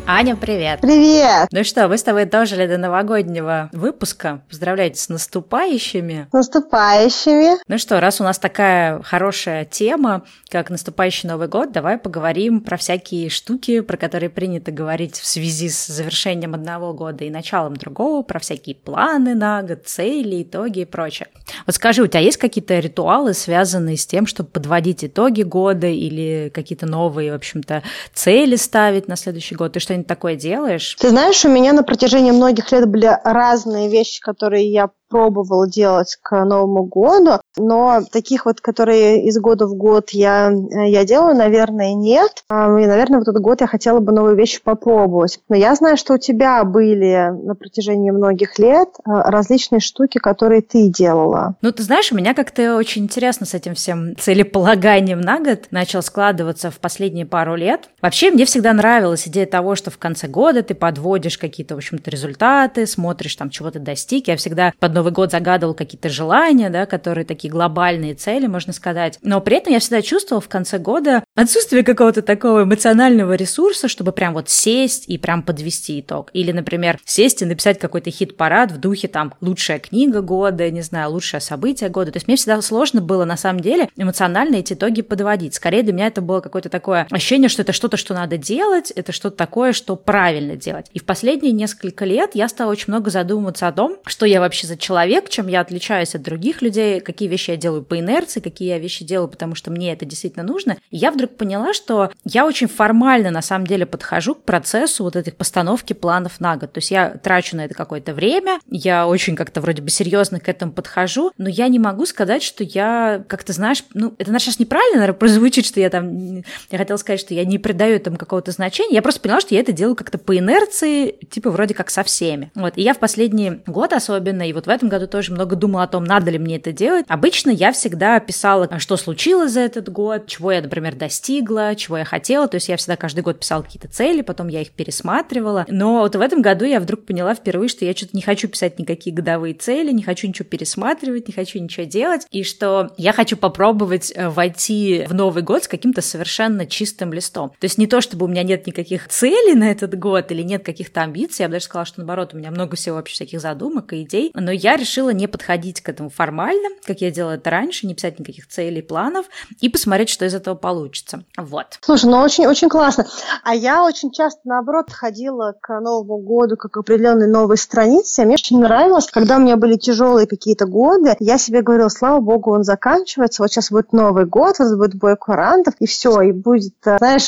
Аня, привет! Привет! Ну что, вы с тобой дожили до новогоднего выпуска. Поздравляйте с наступающими. С наступающими. Ну что, раз у нас такая хорошая тема, как наступающий Новый год, давай поговорим про всякие штуки, про которые принято говорить в связи с завершением одного года и началом другого, про всякие планы на год, цели, итоги и прочее. Вот скажи, у тебя есть какие-то ритуалы, связанные с тем, чтобы подводить итоги года или какие-то новые, в общем-то, цели ставить на следующий год? Ты что-нибудь такое делаешь? Ты знаешь, у меня на протяжении многих лет были разные вещи, которые я пробовала делать к Новому году, но таких вот, которые из года в год я делаю, наверное, нет. И, наверное, в этот год я хотела бы новые вещи попробовать. Но я знаю, что у тебя были на протяжении многих лет различные штуки, которые ты делала. Ну, ты знаешь, у меня как-то очень интересно с этим всем целеполаганием на год начал складываться в последние пару лет. Вообще, мне всегда нравилась идея того, что в конце года ты подводишь какие-то, в общем-то, результаты, смотришь, там, чего ты достиг. Я всегда под Новый год загадывал какие-то желания, да, которые такие глобальные цели, можно сказать. Но при этом я всегда чувствовала в конце года отсутствие какого-то такого эмоционального ресурса, чтобы прям вот сесть и прям подвести итог. Или, например, сесть и написать какой-то хит-парад в духе там лучшая книга года, не знаю, лучшее событие года. То есть мне всегда сложно было, на самом деле, эмоционально эти итоги подводить. Скорее для меня это было какое-то такое ощущение, что это что-то, что надо делать, это что-то такое, что правильно делать. И в последние несколько лет я стала очень много задумываться о том, что я вообще за человек, чем я отличаюсь от других людей, какие вещи я делаю по инерции, какие я вещи делаю, потому что мне это действительно нужно. И я вдруг поняла, что я очень формально, на самом деле, подхожу к процессу вот этой постановки планов на год. То есть я трачу на это какое-то время, я очень как-то вроде бы серьезно к этому подхожу, но я не могу сказать, что я как-то, знаешь, ну, это, наверное, сейчас неправильно, наверное, прозвучит, что я хотела сказать, что я не придаю этому какого-то значения. Я просто поняла, что я это делаю как-то по инерции, типа вроде как со всеми. Вот. И я в последний год особенно, и вот в этом году тоже много думала о том, надо ли мне это делать. Обычно я всегда писала, что случилось за этот год, чего я, например, достигла, чего я хотела. То есть я всегда каждый год писала какие-то цели, потом я их пересматривала. Но вот в этом году я вдруг поняла впервые, что я что-то не хочу писать никакие годовые цели, не хочу ничего пересматривать, не хочу ничего делать, и что я хочу попробовать войти в Новый год с каким-то совершенно чистым листом. То есть не то, чтобы у меня нет никаких целей на этот год или нет каких-то амбиций, я бы даже сказала, что наоборот, у меня много всего вообще всяких задумок и идей, но я решила не подходить к этому формально, как я делала это раньше, не писать никаких целей, планов, и посмотреть, что из этого получится. Вот. Слушай, ну очень классно. А я очень часто, наоборот, ходила к Новому году как к определенной новой странице. Мне очень нравилось, когда у меня были тяжелые какие-то годы, я себе говорила, слава богу, он заканчивается, вот сейчас будет Новый год, вот будет бой курантов, и все, и будет, знаешь,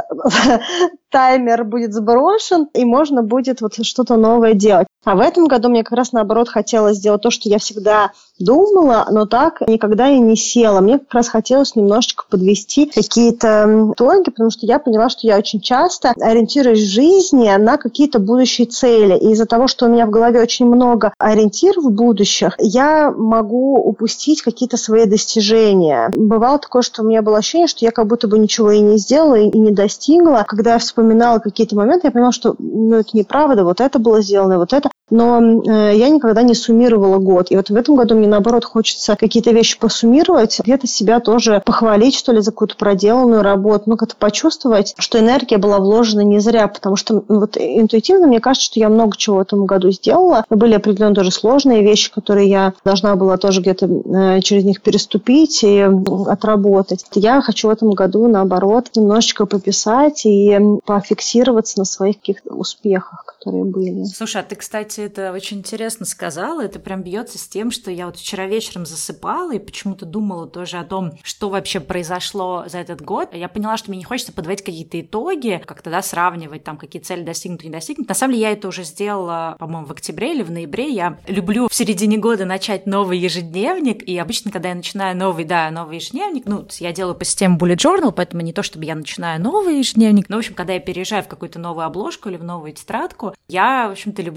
таймер будет сброшен, и можно будет вот что-то новое делать. А в этом году мне как раз наоборот хотелось сделать то, что я всегда думала, но так никогда и не села. Мне как раз хотелось немножечко подвести какие-то итоги, потому что я поняла, что я очень часто ориентируюсь в жизни на какие-то будущие цели. И из-за того, что у меня в голове очень много ориентиров будущих, я могу упустить какие-то свои достижения. Бывало такое, что у меня было ощущение, что я как будто бы ничего и не сделала, и не достигла. Когда я вспоминала какие-то моменты, я поняла, что это неправда, вот это было сделано, вот это. Но я никогда не суммировала год. И вот в этом году мне, наоборот, хочется какие-то вещи посуммировать, где-то себя тоже похвалить, что ли, за какую-то проделанную работу, ну, как-то почувствовать, что энергия была вложена не зря, потому что вот интуитивно мне кажется, что я много чего в этом году сделала. Были определенно тоже сложные вещи, которые я должна была тоже где-то через них переступить и отработать. Я хочу в этом году, наоборот, немножечко пописать и пофиксироваться на своих каких-то успехах, которые были. Слушай, а ты, кстати, это очень интересно сказала, это прям бьется с тем, что я вот вчера вечером засыпала и почему-то думала тоже о том, что вообще произошло за этот год. Я поняла, что мне не хочется подводить какие-то итоги, как-то, да, сравнивать там, какие цели достигнуты, не достигнуты. На самом деле я это уже сделала, по-моему, в октябре или в ноябре. Я люблю в середине года начать новый ежедневник, и обычно, когда я начинаю новый ежедневник, ну, я делаю по системе Bullet Journal, поэтому не то, чтобы я начинаю новый ежедневник, но, в общем, когда я переезжаю в какую-то новую обложку или в новую тетрадку, я, в общем-то, люблю посмотреть,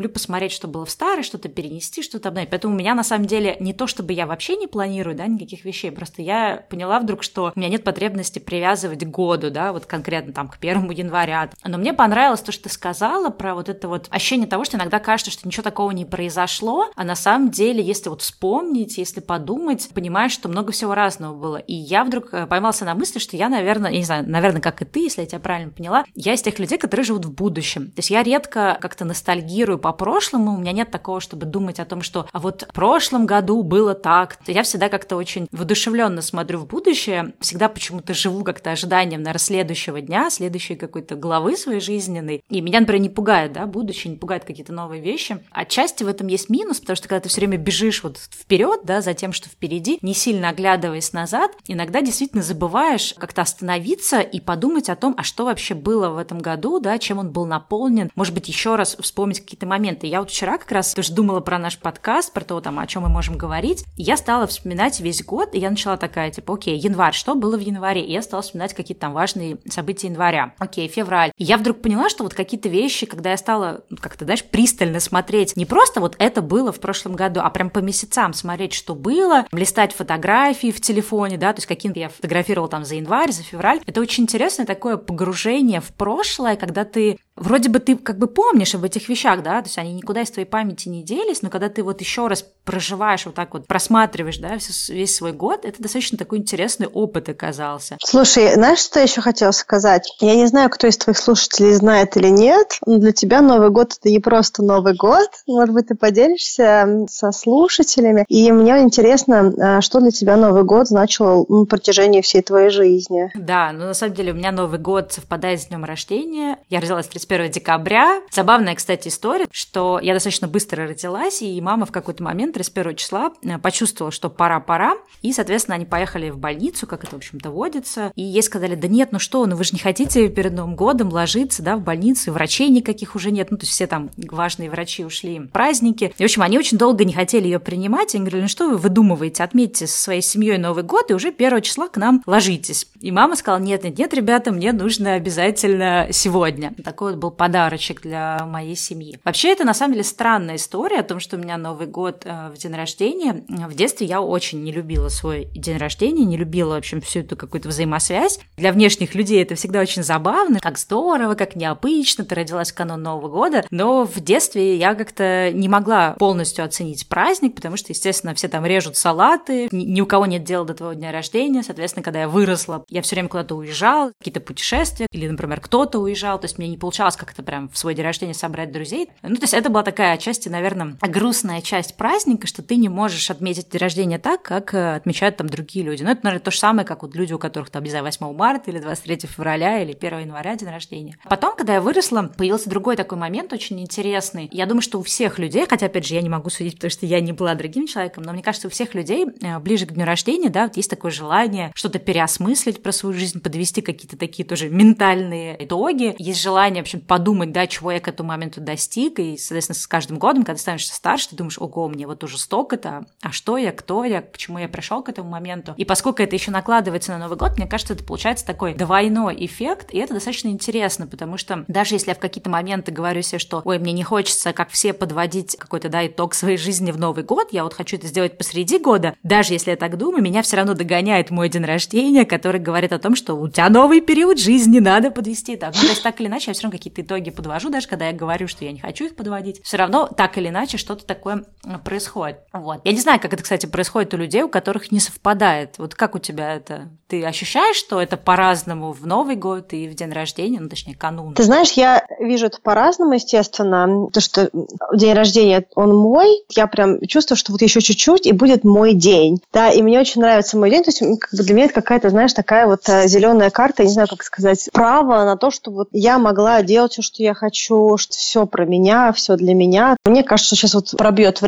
посмотреть, что было в старой, что-то перенести, что-то обновить. Поэтому у меня, на самом деле, не то, чтобы я вообще не планирую, да, никаких вещей, просто я поняла вдруг, что у меня нет потребности привязывать к году, да, вот конкретно там к 1 января. Но мне понравилось то, что ты сказала про вот это вот ощущение того, что иногда кажется, что ничего такого не произошло, а на самом деле, если вот вспомнить, если подумать, понимаешь, что много всего разного было. И я вдруг поймался на мысли, что я, наверное, я не знаю, наверное, как и ты, если я тебя правильно поняла, я из тех людей, которые живут в будущем. То есть я редко как-то ностальгирую по прошлому, у меня нет такого, чтобы думать о том, что а вот в прошлом году было так. Я всегда как-то очень воодушевленно смотрю в будущее, всегда почему-то живу как-то ожиданием, наверное, следующего дня, следующей какой-то главы своей жизненной. И меня, например, не пугает, да, будущее, не пугает какие-то новые вещи. Отчасти в этом есть минус, потому что когда ты все время бежишь вот вперед, да, за тем, что впереди, не сильно оглядываясь назад, иногда действительно забываешь как-то остановиться и подумать о том, а что вообще было в этом году, да, чем он был наполнен, может быть, еще раз вспомнить какие-то моменты. Я вот вчера как раз тоже думала про наш подкаст, про то, там, о чем мы можем говорить, и я стала вспоминать весь год, и я начала такая, типа, окей, январь, что было в январе? И я стала вспоминать какие-то там важные события января. Окей, февраль. И я вдруг поняла, что вот какие-то вещи, когда я стала, как-то, знаешь, пристально смотреть, не просто вот это было в прошлом году, а прям по месяцам смотреть, что было, листать фотографии в телефоне, да, то есть какие-то я фотографировала там за январь, за февраль. Это очень интересное такое погружение в прошлое, когда ты вроде бы ты как бы помнишь об этих вещах, да, то есть они никуда из твоей памяти не делись, но когда ты вот еще раз проживаешь вот так вот, просматриваешь, да, весь свой год, это достаточно такой интересный опыт оказался. Слушай, знаешь, что я еще хотела сказать? Я не знаю, кто из твоих слушателей знает или нет, но для тебя Новый год – это не просто Новый год. Может быть, ты поделишься со слушателями. И мне интересно, что для тебя Новый год значил на протяжении всей твоей жизни. Да, ну на самом деле у меня Новый год совпадает с днем рождения. Я родилась 31 декабря. Забавная, кстати, история, что я достаточно быстро родилась, и мама в какой-то момент 31 числа почувствовала, что пора, и, соответственно, они поехали в больницу, как это, в общем-то, водится, и ей сказали, да нет, ну что, ну вы же не хотите перед Новым годом ложиться, да, в больницу, и врачей никаких уже нет, ну то есть все там важные врачи ушли в праздники, и, в общем, они очень долго не хотели ее принимать, и они говорили, ну что вы выдумываете, отметьте со своей семьей Новый год, и уже 1 числа к нам ложитесь. И мама сказала, нет, ребята, мне нужно обязательно сегодня. Такой вот был подарочек для моей семьи. Вообще, это на самом деле странная история о том, что у меня Новый год в день рождения. В детстве я очень не любила свой день рождения, не любила, в общем, всю эту какую-то взаимосвязь. Для внешних людей это всегда очень забавно, как здорово, как необычно, ты родилась в канун Нового года, но в детстве я как-то не могла полностью оценить праздник, потому что, естественно, все там режут салаты, ни у кого нет дела до твоего дня рождения, соответственно, когда я выросла, я все время куда-то уезжала, какие-то путешествия, или, например, кто-то уезжал, то есть мне не получалось как-то прям в свой день рождения собрать друзей. Ну, то есть это была такая отчасти, наверное, грустная часть праздника, что ты не можешь отметить день рождения так, как отмечают там другие люди. Ну, это, наверное, то же самое, как вот люди, у которых там, не знаю, 8 марта или 23 февраля или 1 января день рождения. Потом, когда я выросла, появился другой такой момент очень интересный. Я думаю, что у всех людей, хотя, опять же, я не могу судить, потому что я не была другим человеком, но мне кажется, у всех людей ближе к дню рождения, да, вот есть такое желание что-то переосмыслить про свою жизнь, подвести какие-то такие тоже ментальные итоги. Есть желание, в общем, подумать, да, чего я к этому моменту достиг, и, соответственно, с каждым годом, когда становишься старше, ты думаешь, ого, мне вот уже столько-то, а что я, кто я, к чему я пришел к этому моменту. И поскольку это еще накладывается на Новый год, мне кажется, это получается такой двойной эффект, и это достаточно интересно, потому что даже если я в какие-то моменты говорю себе, что, ой, мне не хочется, как все, подводить какой-то, да, итог своей жизни в Новый год, я вот хочу это сделать посреди года, даже если я так думаю, меня все равно догоняет мой день рождения, который говорит о том, что у тебя новый период жизни, надо подвести так. Ну, то есть так или иначе я все равно какие-то итоги подвожу, даже когда я говорю, что я не хочу их подводить, все равно так или иначе что-то такое происходит. Вот. Я не знаю, как это, кстати, происходит у людей, у которых не совпадает. Вот как у тебя это? Ты ощущаешь, что это по-разному в Новый год и в день рождения, ну, точнее, канун? Ты знаешь, я вижу это по-разному, естественно. То, что день рождения, он мой, я прям чувствую, что вот еще чуть-чуть, и будет мой день. Да, и мне очень нравится мой день. То есть как бы для меня это какая-то, знаешь, такая вот зеленая карта, я не знаю, как сказать, право на то, что вот я могла делать все, что я хочу, что все про меня, все для меня. Мне кажется, что сейчас вот пробьет время,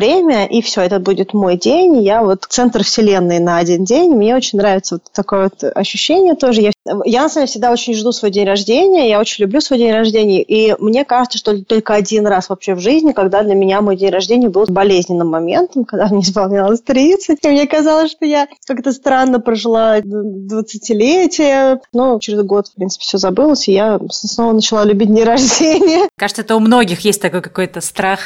и все, это будет мой день, и я вот центр вселенной на один день. Мне очень нравится вот такое вот ощущение тоже. Я на самом деле, всегда очень жду свой день рождения, я очень люблю свой день рождения, и мне кажется, что только один раз вообще в жизни, когда для меня мой день рождения был болезненным моментом, когда мне исполнялось 30, и мне казалось, что я как-то странно прожила 20-летие, но через год, в принципе, все забылось, и я снова начала любить день рождения. Кажется, это у многих есть такой какой-то страх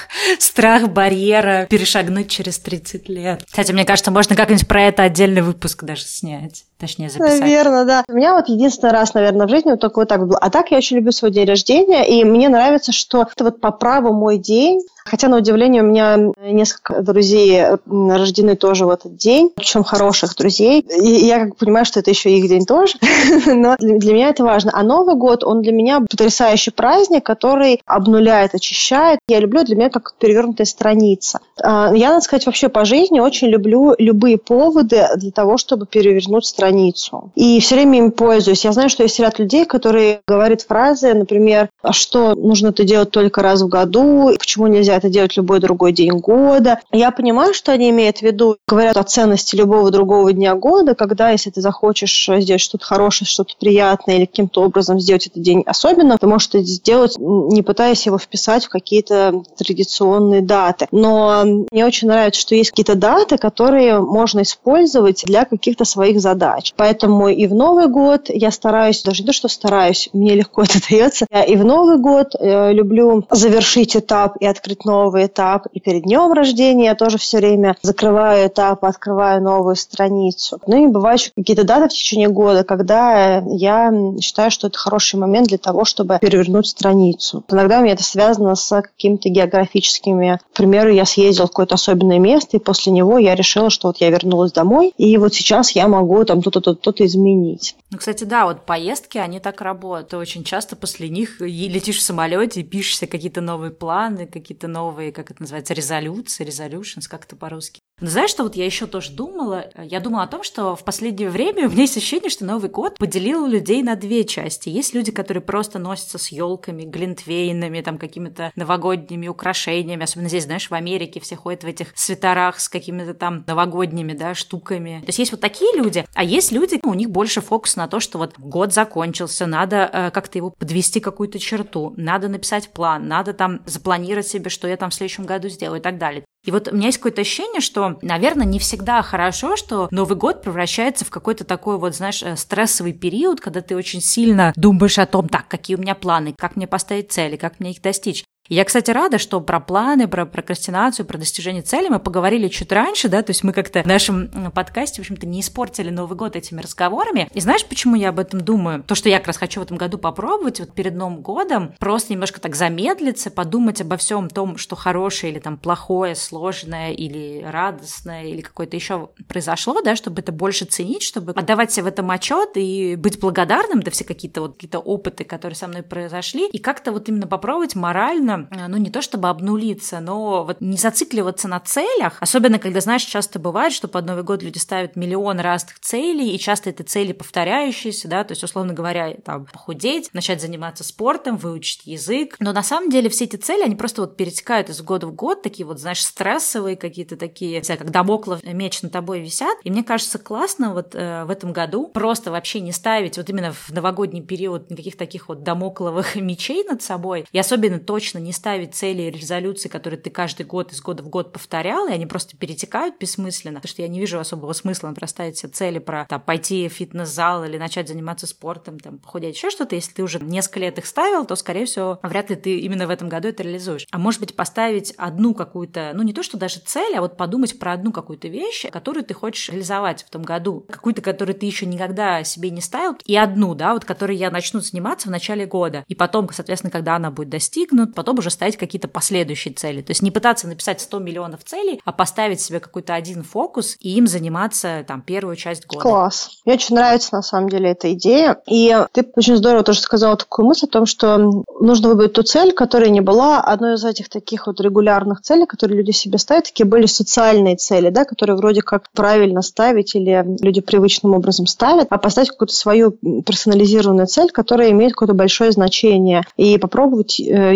барьера перешагнуть через 30 лет. Кстати, мне кажется, можно как-нибудь про это отдельный выпуск даже снять. Точнее, записать. Наверное, да. У меня вот единственный раз, наверное, в жизни вот только вот так было. А так я очень люблю свой день рождения, и мне нравится, что это вот по праву мой день. Хотя, на удивление, у меня несколько друзей рождены тоже в этот день, причем хороших друзей. И я как понимаю, что это еще их день тоже, но для меня это важно. А Новый год, он для меня потрясающий праздник, который обнуляет, очищает. Я люблю, для меня как перевернутая страница. Я, надо сказать, вообще по жизни очень люблю любые поводы для того, чтобы перевернуть страницу. И все время им пользуюсь. Я знаю, что есть ряд людей, которые говорят фразы, например, что нужно это делать только раз в году, почему нельзя это делать любой другой день года. Я понимаю, что они имеют в виду, говорят о ценности любого другого дня года, когда, если ты захочешь сделать что-то хорошее, что-то приятное или каким-то образом сделать этот день особенным, ты можешь это сделать, не пытаясь его вписать в какие-то традиционные даты. Но мне очень нравится, что есть какие-то даты, которые можно использовать для каких-то своих задач. Поэтому и в Новый год я стараюсь, даже не то, что стараюсь, мне легко это дается, я и в Новый год люблю завершить этап и открыть новый этап. И перед днем рождения я тоже все время закрываю этап, открываю новую страницу. Ну и бывают еще какие-то даты в течение года, когда я считаю, что это хороший момент для того, чтобы перевернуть страницу. Иногда у меня это связано с какими-то географическими. К примеру, я съездила в какое-то особенное место, и после него я решила, что вот я вернулась домой, и вот сейчас я могу там то-то изменить. Ну, кстати, да, вот поездки, они так работают. Ты очень часто после них летишь в самолете и пишешь себе какие-то новые планы, какие-то новые, как это называется, резолюции, resolutions, как это по-русски. Но знаешь, что вот я еще тоже думала? Я думала о том, что в последнее время у меня есть ощущение, что Новый год поделил людей на две части. Есть люди, которые просто носятся с елками, глинтвейнами, там какими-то новогодними украшениями. Особенно здесь, знаешь, в Америке все ходят в этих свитерах с какими-то там новогодними, да, штуками. То есть вот такие люди, а есть люди, у них больше фокус на то, что вот год закончился, надо как-то его подвести какую-то черту, надо написать план, надо там запланировать себе, что я там в следующем году сделаю и так далее. И вот у меня есть какое-то ощущение, что, наверное, не всегда хорошо, что Новый год превращается в какой-то такой вот, знаешь, стрессовый период, когда ты очень сильно думаешь о том, так, какие у меня планы, как мне поставить цели, как мне их достичь. И я, кстати, рада, что про планы, про прокрастинацию, про достижение цели мы поговорили чуть раньше, да, то есть мы как-то в нашем подкасте, в общем-то, не испортили Новый год этими разговорами. И знаешь, почему я об этом думаю? То, что я как раз хочу в этом году попробовать, вот перед Новым годом, просто немножко так замедлиться, подумать обо всем том, что хорошее или там плохое, сложное или радостное, или какое-то еще произошло, да, чтобы это больше ценить, чтобы отдавать себе в этом отчет и быть благодарным за все какие-то опыты, которые со мной произошли, и как-то вот именно попробовать морально, ну, не то чтобы обнулиться, но вот не зацикливаться на целях, особенно когда, знаешь, часто бывает, что под Новый год люди ставят миллион разных целей, и часто это цели повторяющиеся, да, то есть, условно говоря, там, похудеть, начать заниматься спортом, выучить язык, но на самом деле все эти цели, они просто вот перетекают из года в год, такие вот, знаешь, стрессовые какие-то такие, не знаю, как дамоклов меч над тобой висят, и мне кажется, классно вот в этом году просто вообще не ставить вот именно в новогодний период никаких таких вот дамокловых мечей над собой, и особенно точно не ставить цели и резолюции, которые ты каждый год из года в год повторял, и они просто перетекают бессмысленно, потому что я не вижу особого смысла, например, ставить себе цели про там, пойти в фитнес-зал или начать заниматься спортом, там, похудеть, еще что-то. Если ты уже несколько лет их ставил, то, скорее всего, вряд ли ты именно в этом году это реализуешь. А может быть, поставить одну какую-то, ну не то, что даже цель, а вот подумать про одну какую-то вещь, которую ты хочешь реализовать в том году, какую-то, которую ты еще никогда себе не ставил, и одну, да, вот которой я начну заниматься в начале года, и потом, соответственно, когда она будет достигнута, потом уже ставить какие-то последующие цели. То есть не пытаться написать 100 миллионов целей, а поставить себе какой-то один фокус и им заниматься там первую часть года. Класс. Мне очень нравится на самом деле эта идея. И ты очень здорово тоже сказала такую мысль о том, что нужно выбрать ту цель, которая не была одной из этих таких вот регулярных целей, которые люди себе ставят. Такие были социальные цели, да, которые вроде как правильно ставить или люди привычным образом ставят, а поставить какую-то свою персонализированную цель, которая имеет какое-то большое значение, и попробовать ее реализовать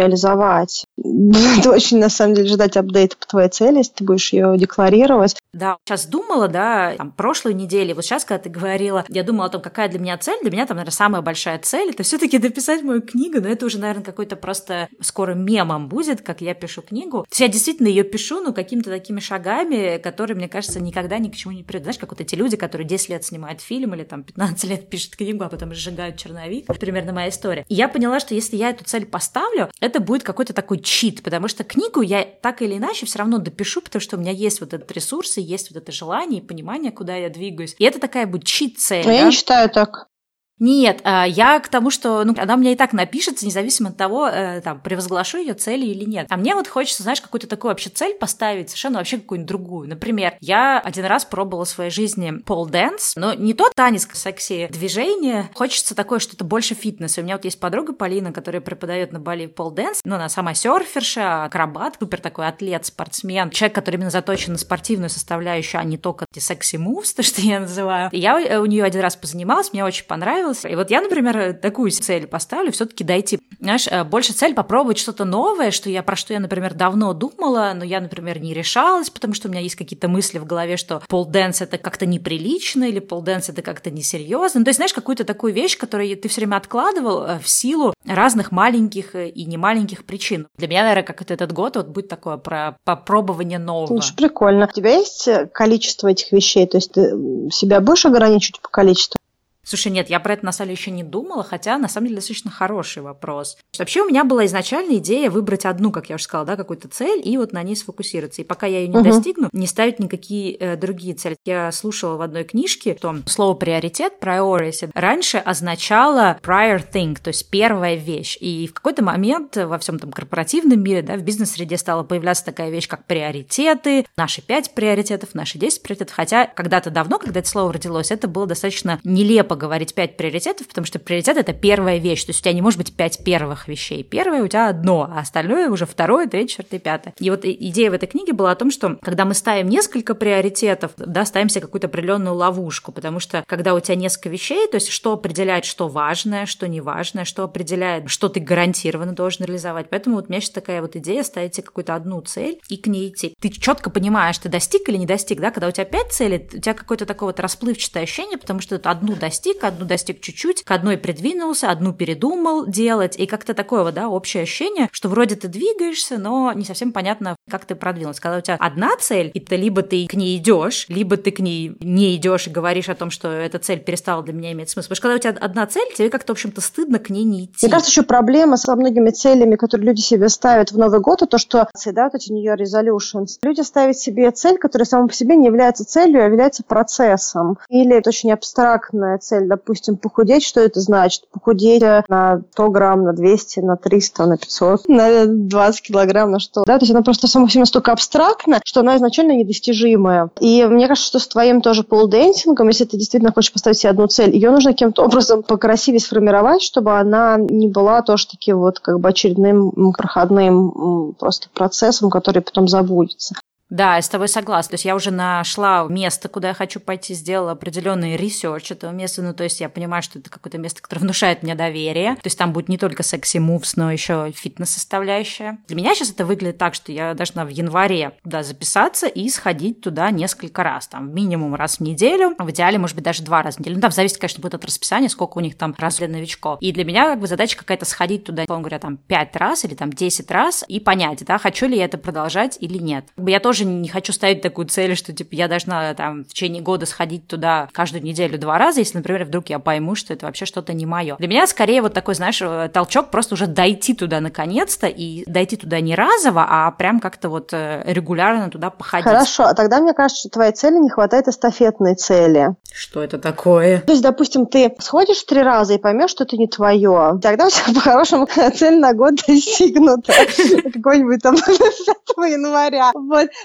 реализовать. Это очень, на самом деле, ждать апдейта по твоей цели, если ты будешь ее декларировать. Да, сейчас думала, да, прошлой неделе, вот сейчас, когда ты говорила, я думала о том, какая для меня цель. Для меня там, наверное, самая большая цель — это все-таки дописать мою книгу, но это уже, наверное, какой-то просто скоро мемом будет, как я пишу книгу. То есть я действительно ее пишу, но какими-то такими шагами, которые, мне кажется, никогда ни к чему не приведут. Знаешь, как вот эти люди, которые 10 лет снимают фильм или там 15 лет пишут книгу, а потом сжигают черновик. Примерно моя история. И я поняла, что если я эту цель поставлю, это будет какой-то такой чит, потому что книгу я так или иначе все равно допишу, потому что у меня есть вот этот ресурс, и есть вот это желание и понимание, куда я двигаюсь. И это такая будет чит-цель. Я не считаю так. Нет, я к тому, что она у меня и так напишется, независимо от того, превозглашу ее цели или нет. А мне вот хочется, знаешь, какую-то такую вообще цель поставить, совершенно вообще какую-нибудь другую. Например, я один раз пробовала в своей жизни пол-дэнс, но не тот танец, секси-движение. Хочется такое что-то больше фитнеса. У меня вот есть подруга Полина, которая преподает на Бали пол-дэнс. Она сама серферша, акробат, супер такой атлет, спортсмен. Человек, который именно заточен на спортивную составляющую, а не только эти секси-мувс, то, что я называю. И я у нее один раз позанималась, мне очень понравилось. И вот я, например, такую цель поставлю, все-таки дойти. Знаешь, больше цель попробовать что-то новое, про что я, например, давно думала, но я, например, не решалась, потому что у меня есть какие-то мысли в голове, что пол-дэнс — это как-то неприлично, или пол-дэнс — это как-то несерьезно. То есть, знаешь, какую-то такую вещь, которую ты все время откладывал в силу разных маленьких и немаленьких причин. Для меня, наверное, как этот год вот будет такое про попробование нового. Очень прикольно. У тебя есть количество этих вещей? То есть ты себя будешь ограничивать по количеству? Слушай, нет, я про это на самом деле еще не думала, хотя на самом деле достаточно хороший вопрос. Вообще у меня была изначально идея выбрать одну, как я уже сказала, да, какую-то цель и вот на ней сфокусироваться. И пока я ее не достигну, не ставить никакие другие цели. Я слушала в одной книжке, что слово приоритет, priority, раньше означало prior thing, то есть первая вещь. И в какой-то момент во всем там корпоративном мире, да, в бизнес-среде стала появляться такая вещь, как приоритеты, наши 5 приоритетов, наши 10 приоритетов. Хотя когда-то давно, когда это слово родилось, это было достаточно нелепо говорить 5 приоритетов, потому что приоритет — это первая вещь. То есть у тебя не может быть 5 первых вещей. Первое у тебя одно, а остальное уже второе, третье, четвертое, пятое. И вот идея в этой книге была о том, что когда мы ставим несколько приоритетов, да, ставим себе какую-то определенную ловушку, потому что когда у тебя несколько вещей, то есть что определяет, что важное, что неважное, что определяет, что ты гарантированно должен реализовать. Поэтому вот у меня сейчас такая вот идея ставить себе какую-то одну цель и к ней идти. Ты четко понимаешь, ты достиг или не достиг, да? Когда у тебя 5 целей, у тебя какое-то такое вот расплывчатое ощущение, потому что ты одну достиг чуть-чуть, к одной придвинулся, одну передумал делать, и как-то такое вот, да, общее ощущение, что вроде ты двигаешься, но не совсем понятно, как ты продвинулся. Когда у тебя одна цель, и либо ты к ней идешь, либо ты к ней не идешь и говоришь о том, что эта цель перестала для меня иметь смысл. Потому что когда у тебя одна цель, тебе как-то, в общем-то, стыдно к ней не идти. Мне кажется, еще проблема со многими целями, которые люди себе ставят в Новый год, это то, что, да, вот эти New Year Resolutions, люди ставят себе цель, которая сама по себе не является целью, а является процессом. Или это очень абстрактная цель, допустим, похудеть, что это значит? Похудеть на 100 грамм, на 200, на 300, на 500, на 20 килограмм, на что? Да, то есть она просто сама по себе настолько абстрактна, что она изначально недостижимая. И мне кажется, что с твоим тоже полденсингом, если ты действительно хочешь поставить себе одну цель, ее нужно каким-то образом покрасивее сформировать, чтобы она не была тоже таким вот как бы очередным проходным просто процессом, который потом забудется. Да, я с тобой согласна. То есть я уже нашла место, куда я хочу пойти, сделала определенный ресерч этого места. Ну, то есть я понимаю, что это какое-то место, которое внушает мне доверие. То есть там будет не только секси-мувс, но еще фитнес-составляющая. Для меня сейчас это выглядит так, что я должна в январе туда записаться и сходить туда несколько раз. Там минимум раз в неделю, в идеале, может быть, даже 2 раза в неделю. Ну, там зависит, конечно, будет от расписания, сколько у них там раз для новичков. И для меня как бы задача какая-то сходить туда, условно говоря, там 5 раз или там 10 раз и понять, да, хочу ли я это продолжать или нет. Я тоже не хочу ставить такую цель, что типа я должна там в течение года сходить туда каждую неделю 2 раза, если, например, вдруг я пойму, что это вообще что-то не мое. Для меня скорее вот такой, знаешь, толчок просто уже дойти туда наконец-то и дойти туда не разово, а прям как-то вот регулярно туда походить. Хорошо, а тогда мне кажется, что твоей цели не хватает эстафетной цели. Что это такое? То есть, допустим, ты сходишь 3 раза и поймешь, что это не твое. Тогда у тебя по-хорошему цель на год достигнута. Какой-нибудь там 5 января. Вот.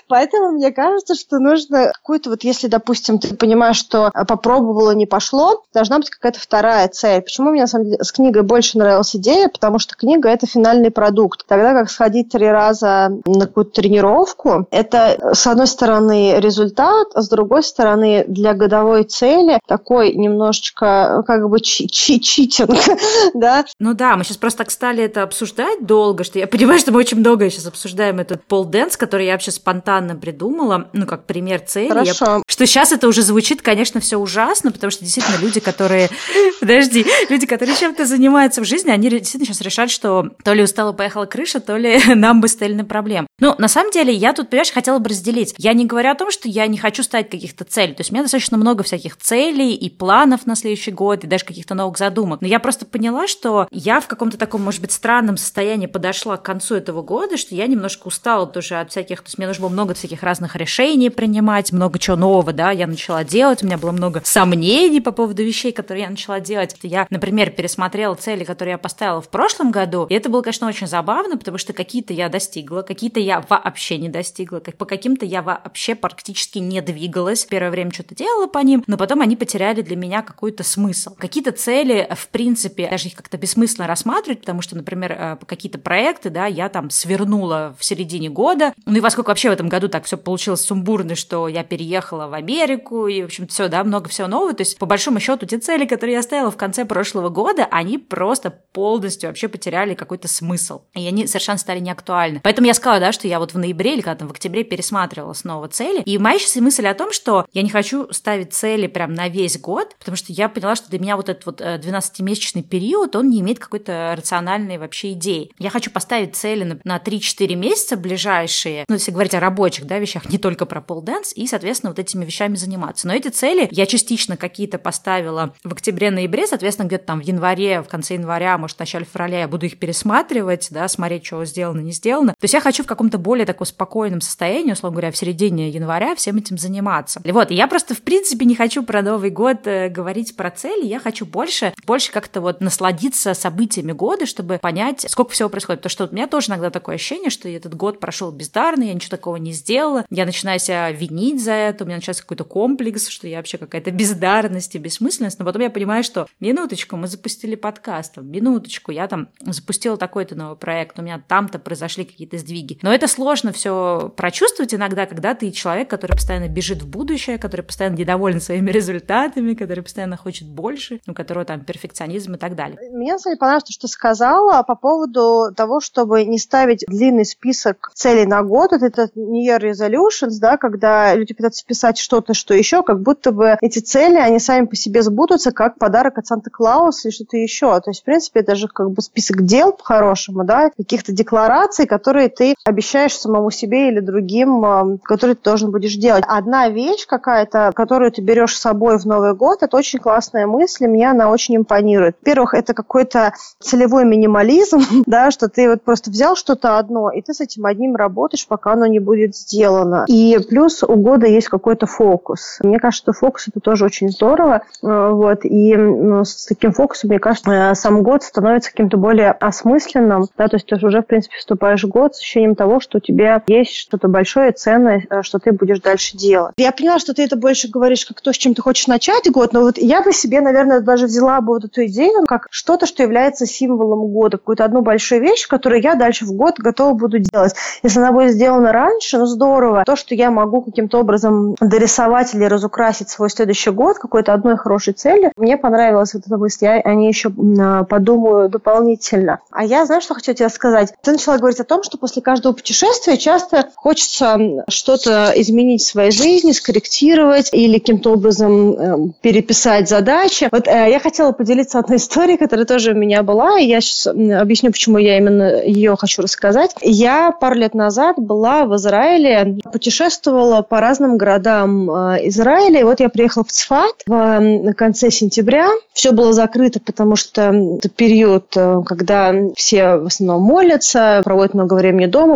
Поэтому мне кажется, что нужно какую-то вот, если, допустим, ты понимаешь, что попробовала, не пошло, должна быть какая-то вторая цель. Почему мне, на самом деле, с книгой больше нравилась идея? Потому что книга – это финальный продукт. Тогда как сходить 3 раза на какую-то тренировку, это, с одной стороны, результат, а с другой стороны, для годовой цели такой немножечко как бы читинг, да? Ну да, мы сейчас просто так стали это обсуждать долго, что я понимаю, что мы очень долго сейчас обсуждаем этот пол-дэнс, который я вообще спонтанно придумала, ну, как пример цели. Хорошо. Что сейчас это уже звучит, конечно, все ужасно, потому что действительно люди, которые... Подожди, люди, которые чем-то занимаются в жизни, они действительно сейчас решат, что то ли устала, поехала крыша, то ли нам бы стали на проблем. Ну, на самом деле, я тут, понимаешь, хотела бы разделить. Я не говорю о том, что я не хочу ставить каких-то целей. То есть у меня достаточно много всяких целей и планов на следующий год, и даже каких-то новых задумок. Но я просто поняла, что я в каком-то таком, может быть, странном состоянии подошла к концу этого года, что я немножко устала тоже от всяких... То есть мне нужно было много всяких разных решений принимать, много чего нового, да, я начала делать. У меня было много сомнений по поводу вещей, которые я начала делать. Я, например, пересмотрела цели, которые я поставила в прошлом году, и это было, конечно, очень забавно, потому что какие-то я достигла, какие-то я вообще не достигла, по каким-то я вообще практически не двигалась. Первое время что-то делала по ним, но потом они потеряли для меня какой-то смысл. Какие-то цели, в принципе, даже их как-то бессмысленно рассматривать, потому что, например, какие-то проекты, да, я там свернула в середине года, ну и поскольку вообще в этом году так все получилось сумбурно, что я переехала в Америку, и, в общем, все, да, много всего нового, то есть, по большому счету, те цели, которые я ставила в конце прошлого года, они просто полностью вообще потеряли какой-то смысл, и они совершенно стали неактуальны. Поэтому я сказала, да, что я вот в ноябре или когда-то в октябре пересматривала снова цели, и моя сейчас мысль о том, что я не хочу ставить цели прям на весь год, потому что я поняла, что для меня вот этот вот 12-месячный период, он не имеет какой-то рациональной вообще идеи. Я хочу поставить цели на 3-4 месяца ближайшие, ну, если говорить о рабочих, да, вещах, не только про пол-дэнс, и, соответственно, вот этими вещами заниматься. Но эти цели я частично какие-то поставила в октябре-ноябре, соответственно, где-то там в январе, в конце января, может, в начале февраля я буду их пересматривать, да, смотреть, что сделано, не сделано. То есть я хочу в каком-то более таком спокойном состоянии, условно говоря, в середине января всем этим заниматься. И вот, я просто, в принципе, не хочу про Новый год говорить про цели, я хочу больше как-то вот насладиться событиями года, чтобы понять, сколько всего происходит. Потому что у меня тоже иногда такое ощущение, что этот год прошел бездарно, я ничего такого не сделала, я начинаю себя винить за это, у меня начинается какой-то комплекс, что я вообще какая-то бездарность и бессмысленность, но потом я понимаю, что минуточку, мы запустили подкаст, минуточку, я там запустила такой-то новый проект, у меня там-то произошли какие-то сдвиги. Но это сложно все прочувствовать иногда, когда ты человек, который постоянно бежит в будущее, который постоянно недоволен своими результатами, который постоянно хочет больше, у которого там перфекционизм и так далее. Мне, на самом деле, понравилось то, что ты сказала по поводу того, чтобы не ставить длинный список целей на год. Это New Year Resolutions, да, когда люди пытаются вписать что-то, что еще, как будто бы эти цели, они сами по себе сбудутся, как подарок от Санта-Клауса или что-то еще. То есть, в принципе, это же как бы список дел по-хорошему, да, каких-то деклараций, которые ты обещаешь самому себе или другим, которые ты должен будешь делать. Одна вещь какая-то, которую ты берешь с собой в Новый год, это очень классная мысль, мне она очень импонирует. Во-первых, это какой-то целевой минимализм, да, что ты вот просто взял что-то одно, и ты с этим одним работаешь, пока оно не будет сделано. И плюс у года есть какой-то фокус. Мне кажется, что фокус – это тоже очень здорово. Вот. И с таким фокусом, мне кажется, сам год становится каким-то более осмысленным. Да, то есть ты уже, в принципе, вступаешь в год с ощущением того, что у тебя есть что-то большое, ценное, что ты будешь дальше делать. Я поняла, что ты это больше говоришь как то, с чем ты хочешь начать год, но вот я бы себе, наверное, даже взяла бы вот эту идею как что-то, что является символом года, какую-то одну большую вещь, которую я дальше в год готова буду делать. Если она будет сделана раньше, ну здорово. То, что я могу каким-то образом дорисовать или разукрасить свой следующий год какой-то одной хорошей целью, мне понравилась вот эта мысль, я о ней еще подумаю дополнительно. А я, знаешь, что хочу тебе сказать? Ты начала говорить о том, что после каждого путешествия часто хочется что-то изменить в своей жизни, скорректировать или каким-то образом переписать задачи. Вот я хотела поделиться одной историей, которая тоже у меня была, и я сейчас объясню, почему я именно ее хочу рассказать. Я пару лет назад была в Израиле, путешествовала по разным городам Израиля, и вот я приехала в Цфат в конце сентября. Все было закрыто, потому что это период, когда все в основном молятся, проводят много времени дома,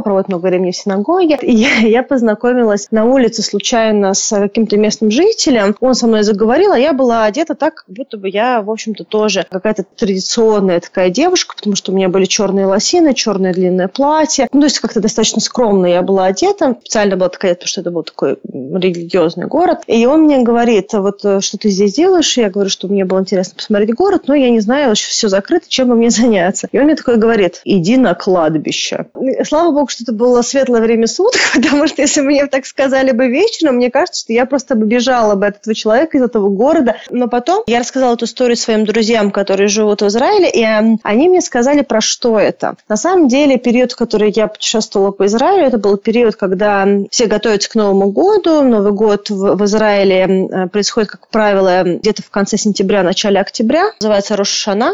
проводит много времени в синагоге. И я познакомилась на улице случайно с каким-то местным жителем. Он со мной заговорил, а я была одета так, как будто бы я, в общем-то, тоже какая-то традиционная такая девушка, потому что у меня были черные лосины, черное длинное платье. То есть как-то достаточно скромно я была одета. Специально была такая, потому что это был такой религиозный город. И он мне говорит, вот что ты здесь делаешь? Я говорю, что мне было интересно посмотреть город, но я не знаю, все закрыто, чем бы мне заняться. И он мне такой говорит, иди на кладбище. И, слава богу, что это было светлое время суток, потому что если бы мне так сказали бы вечером, мне кажется, что я просто бы бежала бы от этого человека из этого города. Но потом я рассказала эту историю своим друзьям, которые живут в Израиле, и они мне сказали, про что это. На самом деле, период, в который я путешествовала по Израилю, это был период, когда все готовятся к Новому году. Новый год в Израиле происходит, как правило, где-то в конце сентября, начале октября. Называется Рош ха-Шана.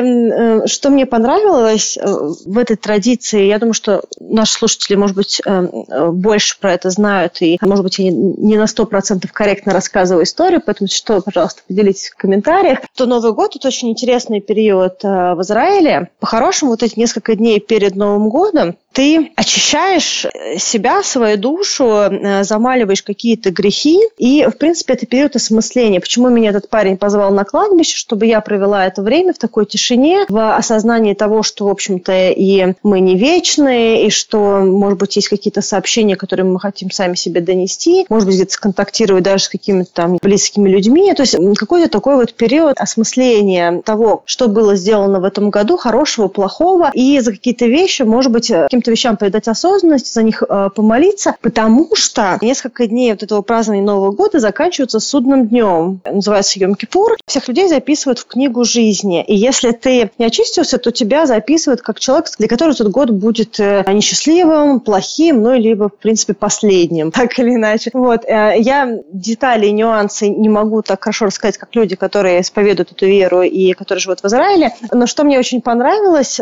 И что мне понравилось в этой традиции, я думаю, что наши слушатели, может быть, больше про это знают, и, может быть, я не на 100% корректно рассказываю историю, поэтому, что, пожалуйста, поделитесь в комментариях. То Новый год – это очень интересный период в Израиле. По-хорошему, вот эти несколько дней перед Новым годом ты очищаешь себя, свою душу, замаливаешь какие-то грехи, и, в принципе, это период осмысления. Почему меня этот парень позвал на кладбище, чтобы я провела это время в такой тишине, в осознании того, что, в общем-то, и мы не вечные, и что, может быть, есть какие-то сообщения, которые мы хотим сами себе донести, может быть, где-то сконтактировать даже с какими-то там близкими людьми. То есть какой-то такой вот период осмысления того, что было сделано в этом году, хорошего, плохого, и за какие-то вещи, может быть, каким-то вещам придать осознанность, за них помолиться, потому что несколько дней вот этого празднования Нового года заканчиваются судным днем. Называется Йом-Кипур. Всех людей записывают в книгу жизни. И если ты не очистился, то тебя записывают как человек, для которого этот год будет несчастливым, плохим, ну, либо, в принципе, последним, так или иначе. Вот. Я детали и нюансы не могу так хорошо рассказать, как люди, которые исповедуют эту веру и которые живут в Израиле. Но что мне очень понравилось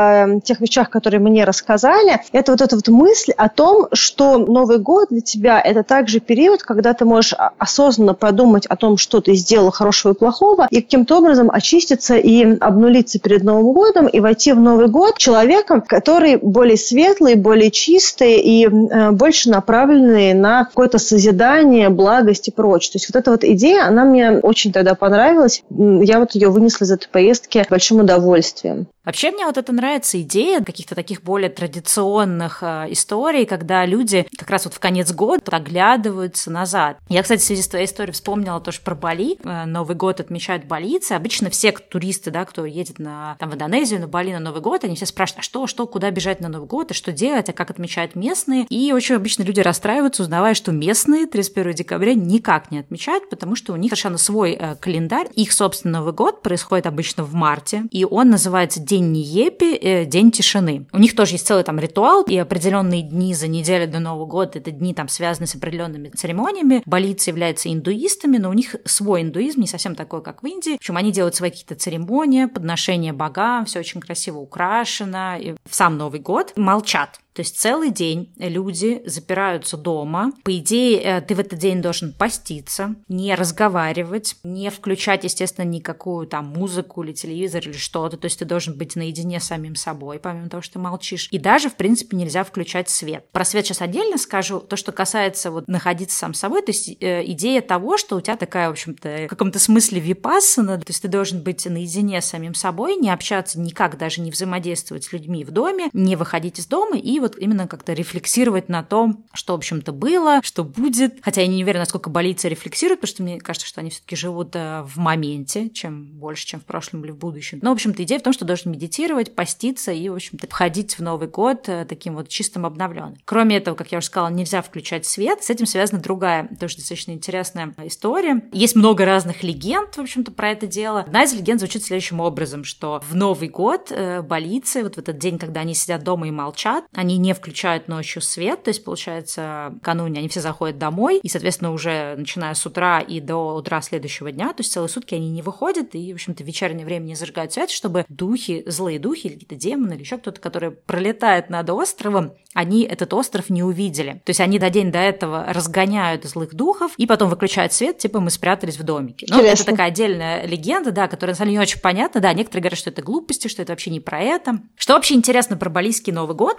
в тех вещах, которые мне рассказали, это вот эта вот мысль о том, что Новый год для тебя – это также период, когда ты можешь осознанно подумать о том, что ты сделал хорошего и плохого, и каким-то образом очиститься и обнулиться перед Новым годом, и войти в Новый год человеком, который более светлый, более чистый и больше направленный на какое-то созидание, благость и прочее. То есть вот эта вот идея, она мне очень тогда понравилась. Я вот ее вынесла из этой поездки с большим удовольствием. Вообще мне вот это нравится идея каких-то таких более традиционных историй, когда люди как раз вот в конец года оглядываются назад. Я, кстати, в связи с твоей историей вспомнила тоже про Бали. Новый год отмечают балийцы. Обычно все туристы, да, кто едет в Индонезию, на Бали на Новый год, они все спрашивают, а что, куда бежать на Новый год, и что делать, а как отмечают местные. И очень обычно люди расстраиваются, узнавая, что местные 31 декабря никак не отмечают, потому что у них совершенно свой календарь. Их, собственно, Новый год происходит обычно в марте, и он называется День Ниепи, День тишины. У них тоже есть целый там ритуал, и определенные дни за неделю до Нового года, это дни там связаны с определенными церемониями. Балийцы являются индуистами, но у них свой индуизм, не совсем такой, как в Индии. В общем, они делают свои какие-то церемонии, подношения богам, все очень красиво украшено. И в сам Новый год молчат. То есть целый день люди запираются дома. По идее, ты в этот день должен поститься, не разговаривать, не включать, естественно, никакую там музыку или телевизор или что-то. То есть ты должен быть наедине с самим собой, помимо того, что ты молчишь. И даже, в принципе, нельзя включать свет. Про свет сейчас отдельно скажу. То, что касается вот находиться сам собой, то есть идея того, что у тебя такая, в общем-то, в каком-то смысле випассана, то есть ты должен быть наедине с самим собой, не общаться никак, даже не взаимодействовать с людьми в доме, не выходить из дома и вот именно как-то рефлексировать на том, что, в общем-то, было, что будет. Хотя я не уверена, насколько балийцы рефлексируют, потому что мне кажется, что они все-таки живут в моменте, чем больше, чем в прошлом или в будущем. Но, в общем-то, идея в том, что должен медитировать, поститься и, в общем-то, входить в Новый год таким вот чистым обновленным. Кроме этого, как я уже сказала, нельзя включать свет. С этим связана другая, тоже достаточно интересная история. Есть много разных легенд, в общем-то, про это дело. Одна из легенд звучит следующим образом, что в Новый год балийцы, вот в этот день, когда они сидят дома и молчат, они не включают ночью свет, то есть, получается, накануне они все заходят домой, и, соответственно, уже начиная с утра и до утра следующего дня, то есть целые сутки они не выходят, и, в общем-то, в вечернее время не зажигают свет, чтобы духи, злые духи, или какие-то демоны, или еще кто-то, который пролетает над островом, они этот остров не увидели. То есть они за день до этого разгоняют злых духов, и потом выключают свет, типа мы спрятались в домике. Ну, это такая отдельная легенда, да, которая, на самом деле, не очень понятна. Да, некоторые говорят, что это глупости, что это вообще не про это. Что вообще интересно про балийский Новый год, при том,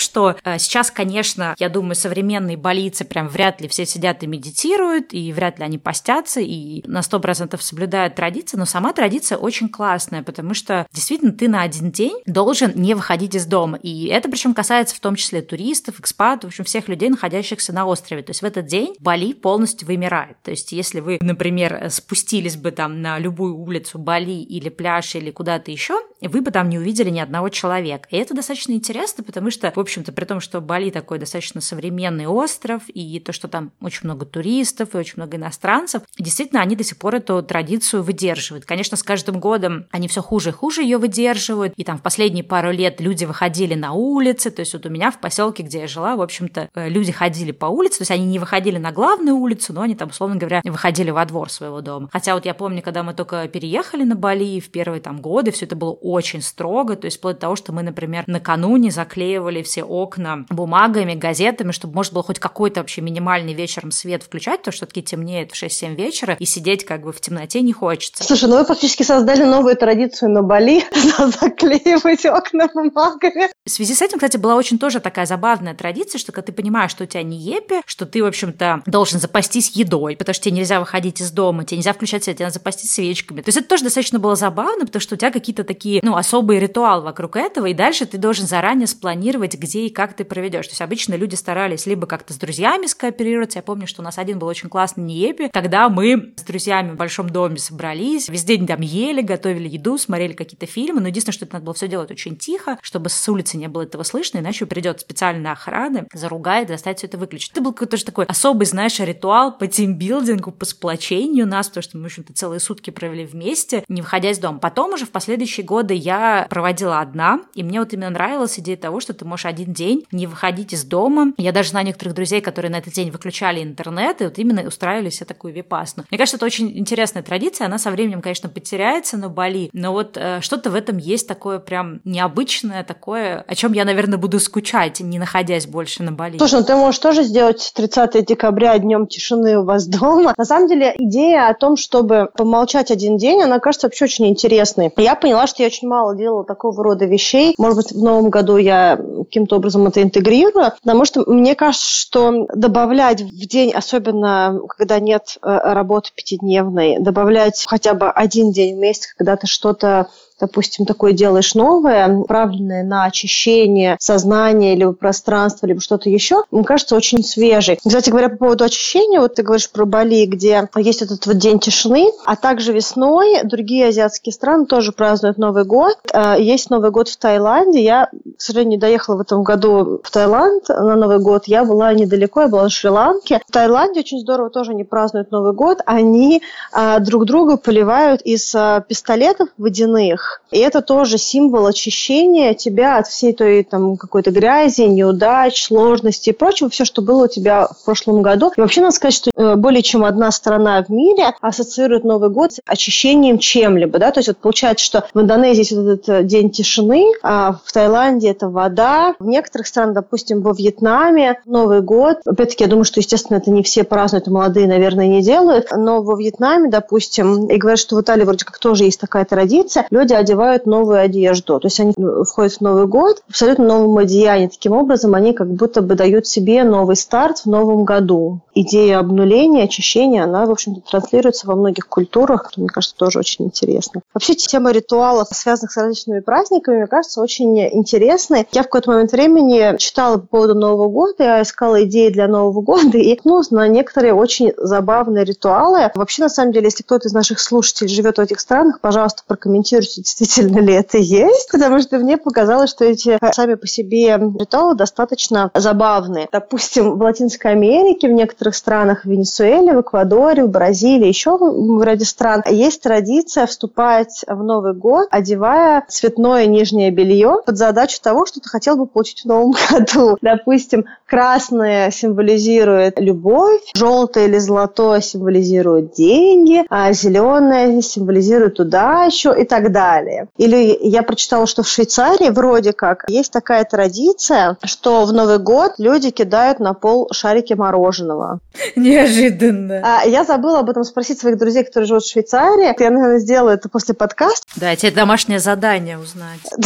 что сейчас, конечно, я думаю, современные балийцы прям вряд ли все сидят и медитируют, и вряд ли они постятся, и на 100% соблюдают традиции, но сама традиция очень классная, потому что действительно ты на один день должен не выходить из дома. И это причем касается в том числе туристов, экспатов, в общем, всех людей, находящихся на острове. То есть в этот день Бали полностью вымирает. То есть если вы, например, спустились бы там на любую улицу Бали или пляж или куда-то еще, вы бы там не увидели ни одного человека. И это достаточно интересно, потому что, в общем-то, при том, что Бали такой достаточно современный остров, и то, что там очень много туристов и очень много иностранцев, действительно, они до сих пор эту традицию выдерживают. Конечно, с каждым годом они все хуже и хуже ее выдерживают, и там в последние пару лет люди выходили на улицы, то есть вот у меня в поселке, где я жила, в общем-то, люди ходили по улице, то есть они не выходили на главную улицу, но они там, условно говоря, выходили во двор своего дома. Хотя вот я помню, когда мы только переехали на Бали в первые там годы, все это было очень строго, то есть вплоть до того, что мы, например, накануне заклеивали все окна бумагами, газетами, чтобы можно было хоть какой-то вообще минимальный вечером свет включать, потому что все-таки темнеет в 6-7 вечера, и сидеть как бы в темноте не хочется. Слушай, ну вы фактически создали новую традицию на Бали, заклеивать окна бумагами. В связи с этим, кстати, была очень тоже такая забавная традиция, что когда ты понимаешь, что у тебя не епи, что ты, в общем-то, должен запастись едой, потому что тебе нельзя выходить из дома, тебе нельзя включать свет, тебе надо запастись свечками. То есть это тоже достаточно было забавно, потому что у тебя какие-то такие, особые ритуалы вокруг этого, и дальше ты должен заранее спланировать, где и как ты проведешь. То есть обычно люди старались либо как-то с друзьями скооперироваться. Я помню, что у нас один был очень классный ниепи, когда мы с друзьями в большом доме собрались, весь день там ели, готовили еду, смотрели какие-то фильмы, но единственное, что это надо было все делать очень тихо, чтобы с улицы не было этого слышно, иначе придет специальная охрана, заругает, заставит все это выключить. Это был какой-то же такой особый, знаешь, ритуал по тимбилдингу, по сплочению нас, потому что мы, в общем-то, целые сутки провели вместе, не выходя из дома. Потом уже в последующие годы я проводила одна, и мне вот именно нравилась идея того, что ты можешь один день не выходить из дома. Я даже знаю некоторых друзей, которые на этот день выключали интернет и вот именно устраивали себе такую випассану. Мне кажется, это очень интересная традиция, она со временем, конечно, потеряется на Бали, но вот что-то в этом есть такое прям необычное, такое, о чем я, наверное, буду скучать, не находясь больше на Бали. Слушай, ты можешь тоже сделать 30 декабря днем тишины у вас дома. На самом деле, идея о том, чтобы помолчать один день, она кажется вообще очень интересной. Я поняла, что я очень мало делала такого рода вещей. Может быть, в новом году я каким-то образом это интегрирую, потому что мне кажется, что добавлять в день, особенно когда нет работы пятидневной, добавлять хотя бы один день в месяц, когда ты что-то, допустим, такое делаешь новое, направленное на очищение сознания, либо пространства, либо что-то еще, мне кажется, очень свежий. Кстати говоря, по поводу очищения, вот ты говоришь про Бали, где есть этот вот день тишины, а также весной другие азиатские страны тоже празднуют Новый год. Есть Новый год в Таиланде. Я, к сожалению, не доехала в этом году в Таиланд на Новый год. Я была недалеко, я была на Шри-Ланке. В Таиланде очень здорово тоже они празднуют Новый год. Они друг друга поливают из пистолетов водяных. И это тоже символ очищения тебя от всей той там какой-то грязи, неудач, сложностей и прочего, все, что было у тебя в прошлом году. И вообще надо сказать, что более чем одна страна в мире ассоциирует Новый год с очищением чем-либо, да, то есть вот получается, что в Индонезии есть вот этот день тишины, а в Таиланде это вода, в некоторых странах, допустим, во Вьетнаме Новый год, опять-таки, я думаю, что, естественно, это не все празднуют, и молодые, наверное, не делают, но во Вьетнаме, допустим, и говорят, что в Италии вроде как тоже есть такая традиция, люди одевают новую одежду. То есть они входят в Новый год в абсолютно новом одеянии. Таким образом, они как будто бы дают себе новый старт в новом году. Идея обнуления, очищения, она, в общем-то, транслируется во многих культурах. Это, мне кажется, тоже очень интересно. Вообще, тема ритуалов, связанных с различными праздниками, мне кажется, очень интересной. Я в какой-то момент времени читала по поводу Нового года, я искала идеи для Нового года и на некоторые очень забавные ритуалы. Вообще, на самом деле, если кто-то из наших слушателей живет в этих странах, пожалуйста, прокомментируйте, действительно ли это есть, потому что мне показалось, что эти сами по себе ритуалы достаточно забавные. Допустим, в Латинской Америке, в некоторых странах, в Венесуэле, в Эквадоре, в Бразилии, еще в ряде стран, есть традиция вступать в Новый год, одевая цветное нижнее белье под задачу того, что ты хотел бы получить в Новом году. Допустим, красное символизирует любовь, желтое или золотое символизирует деньги, а зеленое символизирует удачу и так далее. Или я прочитала, что в Швейцарии вроде как есть такая традиция, что в Новый год люди кидают на пол шарики мороженого. Неожиданно. Я забыла об этом спросить своих друзей, которые живут в Швейцарии. Я, наверное, сделаю это после подкаста. Да, тебе домашнее задание узнать.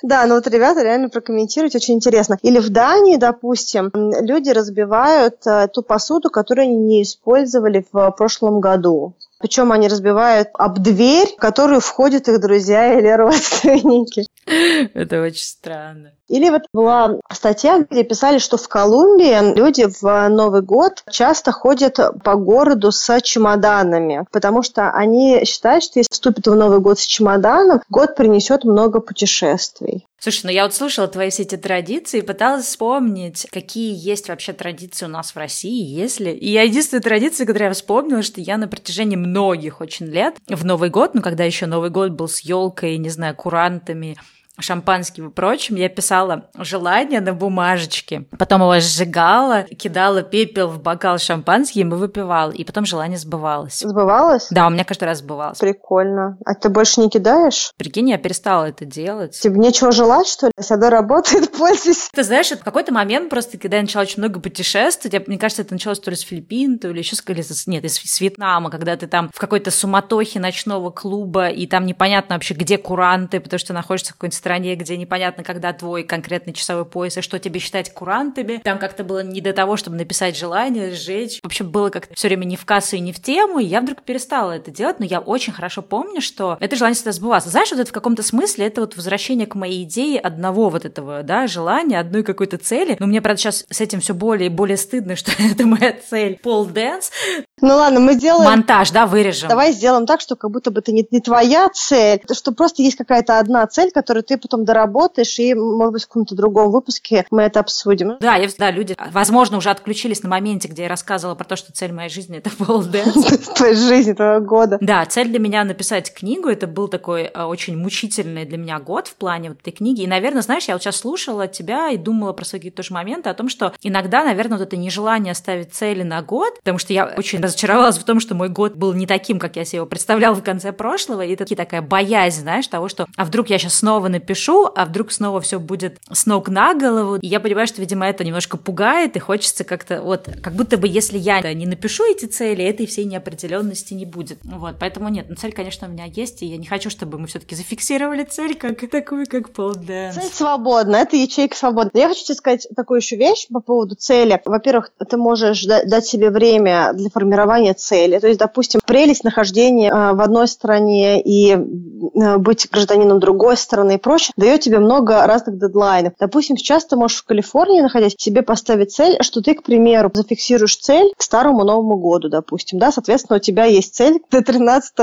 Да, но вот ребята реально прокомментируют, очень интересно. Или в Дании, допустим, люди разбивают ту посуду, которую они не использовали в прошлом году. Причем они разбивают об дверь, в которую входят их друзья или родственники. Это очень странно. Или вот была статья, где писали, что в Колумбии люди в Новый год часто ходят по городу с чемоданами, потому что они считают, что если вступят в Новый год с чемоданом, год принесет много путешествий. Слушай, ну я вот слушала твои все эти традиции и пыталась вспомнить, какие есть вообще традиции у нас в России, если... И я единственная традиция, которую я вспомнила, что я на протяжении многих очень лет в Новый год, ну когда еще Новый год был с елкой, не знаю, курантами, шампанским и прочим, я писала желание на бумажечке, потом его сжигала, кидала пепел в бокал с шампанским и выпивала, и потом желание сбывалось. Сбывалось? Да, у меня каждый раз сбывалось. Прикольно. А ты больше не кидаешь? Прикинь, я перестала это делать. Тебе нечего желать, что ли? Если оно работает, пользуйся. Ты знаешь, в какой-то момент просто, когда я начала очень много путешествовать, мне кажется, это началось то ли с Филиппин, то ли еще из Вьетнама, когда ты там в какой-то суматохе ночного клуба, и там непонятно вообще, где куранты, потому что ты находишься в какой-нибудь стране, где непонятно, когда твой конкретный часовой пояс, и что тебе считать курантами. Там как-то было не до того, чтобы написать желание, сжечь. В общем, было как-то все время не в кассу и не в тему, и я вдруг перестала это делать, но я очень хорошо помню, что это желание всегда сбывалось. Знаешь, вот это в каком-то смысле, это вот возвращение к моей идее одного вот этого, да, желания, одной какой-то цели. Но мне, правда, сейчас с этим все более и более стыдно, что это моя цель. Пол дэнс. Ну ладно, мы сделаем... Монтаж, да, вырежем. Давай сделаем так, что как будто бы это не твоя цель, что просто есть какая-то одна цель, которую ты потом доработаешь, и, может быть, в каком-то другом выпуске мы это обсудим. Да, люди, возможно, уже отключились на моменте, где я рассказывала про то, что цель моей жизни — это пол дэнс. Твоей жизни, твоего года. Да, цель для меня — написать книгу. Это был такой очень мучительный для меня год в плане вот этой книги. И, наверное, знаешь, я вот сейчас слушала тебя и думала про свои тоже моменты о том, что иногда, наверное, вот это нежелание ставить цели на год, потому что я очень разочаровалась в том, что мой год был не таким, как я себе его представляла в конце прошлого, и это такая боязнь, знаешь, того, что а вдруг я сейчас снова напишу, а вдруг снова все будет с ног на голову. И я понимаю, что, видимо, это немножко пугает, и хочется как-то вот, как будто бы если я не напишу эти цели, этой всей неопределенности не будет. Вот, поэтому нет, цель, конечно, у меня есть, и я не хочу, чтобы мы все-таки зафиксировали цель как такую, как полдэнс. Цель свободна, это ячейка свободна. Я хочу тебе сказать такую еще вещь по поводу цели. Во-первых, ты можешь дать себе время для формирования цели. То есть, допустим, прелесть нахождения в одной стране и быть гражданином другой страны и прочее дает тебе много разных дедлайнов. Допустим, сейчас ты можешь в Калифорнии, находясь, себе поставить цель, что ты, к примеру, зафиксируешь цель к Старому Новому году, допустим, да, соответственно, у тебя есть цель до 13-14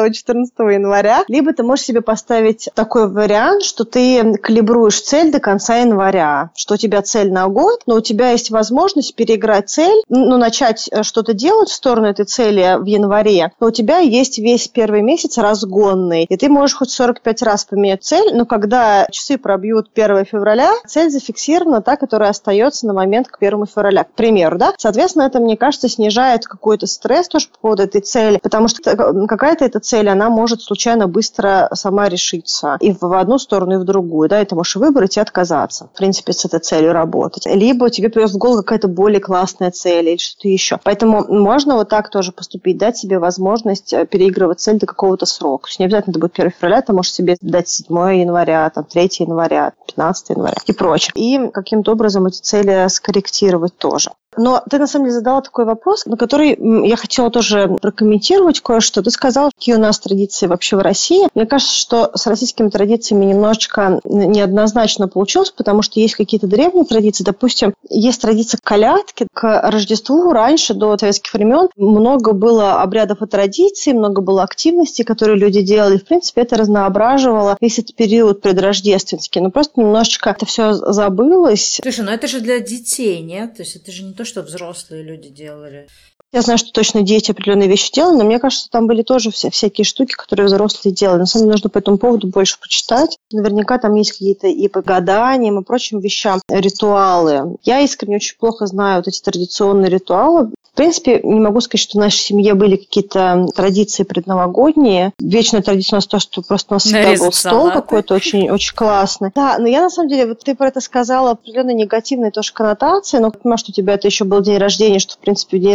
января, либо ты можешь себе поставить такой вариант, что ты калибруешь цель до конца января, что у тебя цель на год, но у тебя есть возможность переиграть цель, начать что-то делать в сторону этой цели в январе, но у тебя есть весь первый месяц разгонный, и ты можешь хоть 45 раз поменять цель, но когда часы пробьют 1 февраля, цель зафиксирована та, которая остается на момент к 1 февраля, к примеру, да? Соответственно, это, мне кажется, снижает какой-то стресс тоже по поводу этой цели, потому что какая-то эта цель, она может случайно быстро сама решиться и в одну сторону, и в другую, да, и ты можешь выбрать и отказаться, в принципе, с этой целью работать. Либо тебе придет в голову какая-то более классная цель или что-то еще. Поэтому можно вот так тоже поступить, дать себе возможность переигрывать цель до какого-то срока. То есть не обязательно это будет 1 февраля, ты можешь себе дать 7 января, 3 января, 15 января и прочее. И каким-то образом эти цели скорректировать тоже. Но ты, на самом деле, задала такой вопрос, на который я хотела тоже прокомментировать кое-что. Ты сказала, какие у нас традиции вообще в России. Мне кажется, что с российскими традициями немножечко неоднозначно получилось, потому что есть какие-то древние традиции. Допустим, есть традиция колядки. К Рождеству раньше, до советских времен, много было обрядов и традиций, много было активностей, которые люди делали. В принципе, это разноображивало весь этот период предрождественский. Но просто немножечко это все забылось. Слушай, это же для детей, нет? То есть это же не то, что взрослые люди делали. Я знаю, что точно дети определенные вещи делали, но мне кажется, там были тоже всякие штуки, которые взрослые делали. На самом деле, нужно по этому поводу больше почитать. Наверняка там есть какие-то и по гаданиям, и прочим вещам ритуалы. Я искренне очень плохо знаю вот эти традиционные ритуалы. В принципе, не могу сказать, что в нашей семье были какие-то традиции предновогодние. Вечная традиция у нас то, что просто у нас всегда был стол какой-то очень, очень классный. Да, но я на самом деле, вот ты про это сказала, определенно негативные тоже коннотации, но понимаю, что у тебя это еще был день рождения, что, в принципе, день рождения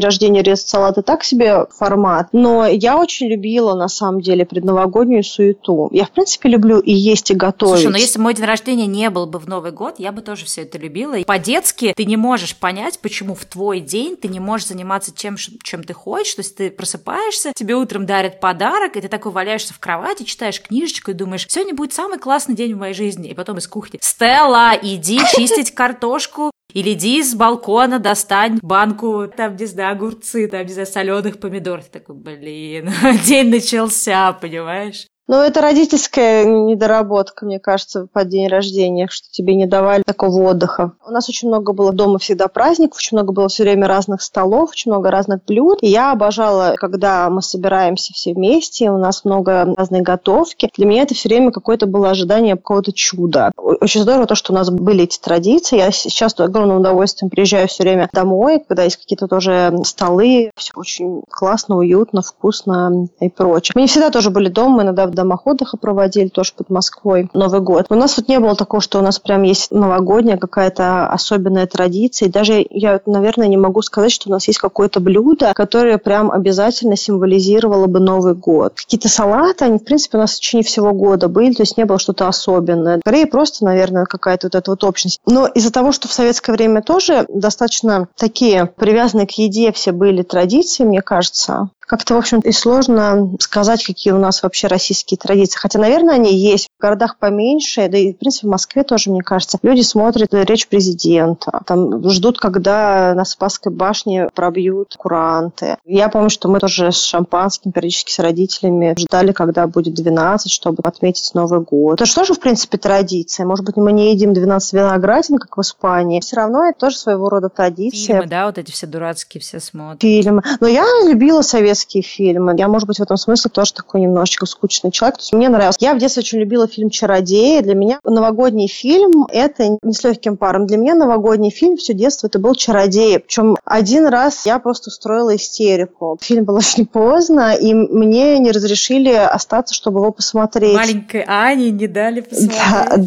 резать салат и так себе формат, но я очень любила, на самом деле, предновогоднюю суету. Я, в принципе, люблю и есть, и готовить. Слушай, но если мой день рождения не был бы в Новый год, я бы тоже все это любила. И по-детски ты не можешь понять, почему в твой день ты не можешь заниматься тем, чем ты хочешь. То есть ты просыпаешься, тебе утром дарят подарок, и ты такой валяешься в кровати, читаешь книжечку и думаешь, сегодня будет самый классный день в моей жизни. И потом из кухни: Стелла, иди чистить картошку. Или иди с балкона, достань банку, там, не знаю, огурцы, там, не знаю, соленых помидоров. Ты такой, блин, день начался, понимаешь? Ну, это родительская недоработка, мне кажется, по день рождения, что тебе не давали такого отдыха. У нас очень много было дома всегда праздников, очень много было все время разных столов, очень много разных блюд. И я обожала, когда мы собираемся все вместе, у нас много разной готовки. Для меня это все время какое-то было ожидание какого-то чуда. Очень здорово то, что у нас были эти традиции. Я сейчас с огромным удовольствием приезжаю все время домой, когда есть какие-то тоже столы. Все очень классно, уютно, вкусно и прочее. Мы не всегда тоже были дома, иногда в домах отдыха проводили, тоже под Москвой, Новый год. У нас вот не было такого, что у нас прям есть новогодняя какая-то особенная традиция. И даже я, наверное, не могу сказать, что у нас есть какое-то блюдо, которое прям обязательно символизировало бы Новый год. Какие-то салаты, они, в принципе, у нас в течение всего года были, то есть не было что-то особенное. Скорее, просто, наверное, какая-то вот эта вот общность. Но из-за того, что в советское время тоже достаточно такие привязанные к еде все были традиции, мне кажется, как-то, в общем, и сложно сказать, какие у нас вообще российские традиции. Хотя, наверное, они есть. В городах поменьше, да и, в принципе, в Москве тоже, мне кажется. Люди смотрят речь президента, там ждут, когда на Спасской башне пробьют куранты. Я помню, что мы тоже с шампанским периодически с родителями ждали, когда будет 12, чтобы отметить Новый год. Это же тоже, в принципе, традиция. Может быть, мы не едим 12 виноградин, как в Испании. Все равно это тоже своего рода традиция. Фильмы, да, вот эти все дурацкие, все смотрят. Фильмы. Но я любила советские фильмы. Я, может быть, в этом смысле тоже такой немножечко скучный человек. То есть мне нравилось. Я в детстве очень любила фильм «Чародеи». Для меня новогодний фильм – это не с легким паром. Для меня новогодний фильм все детство – это был «Чародеи». Причем один раз я просто устроила истерику. Фильм был очень поздно, и мне не разрешили остаться, чтобы его посмотреть. Маленькой Ане не дали посмотреть.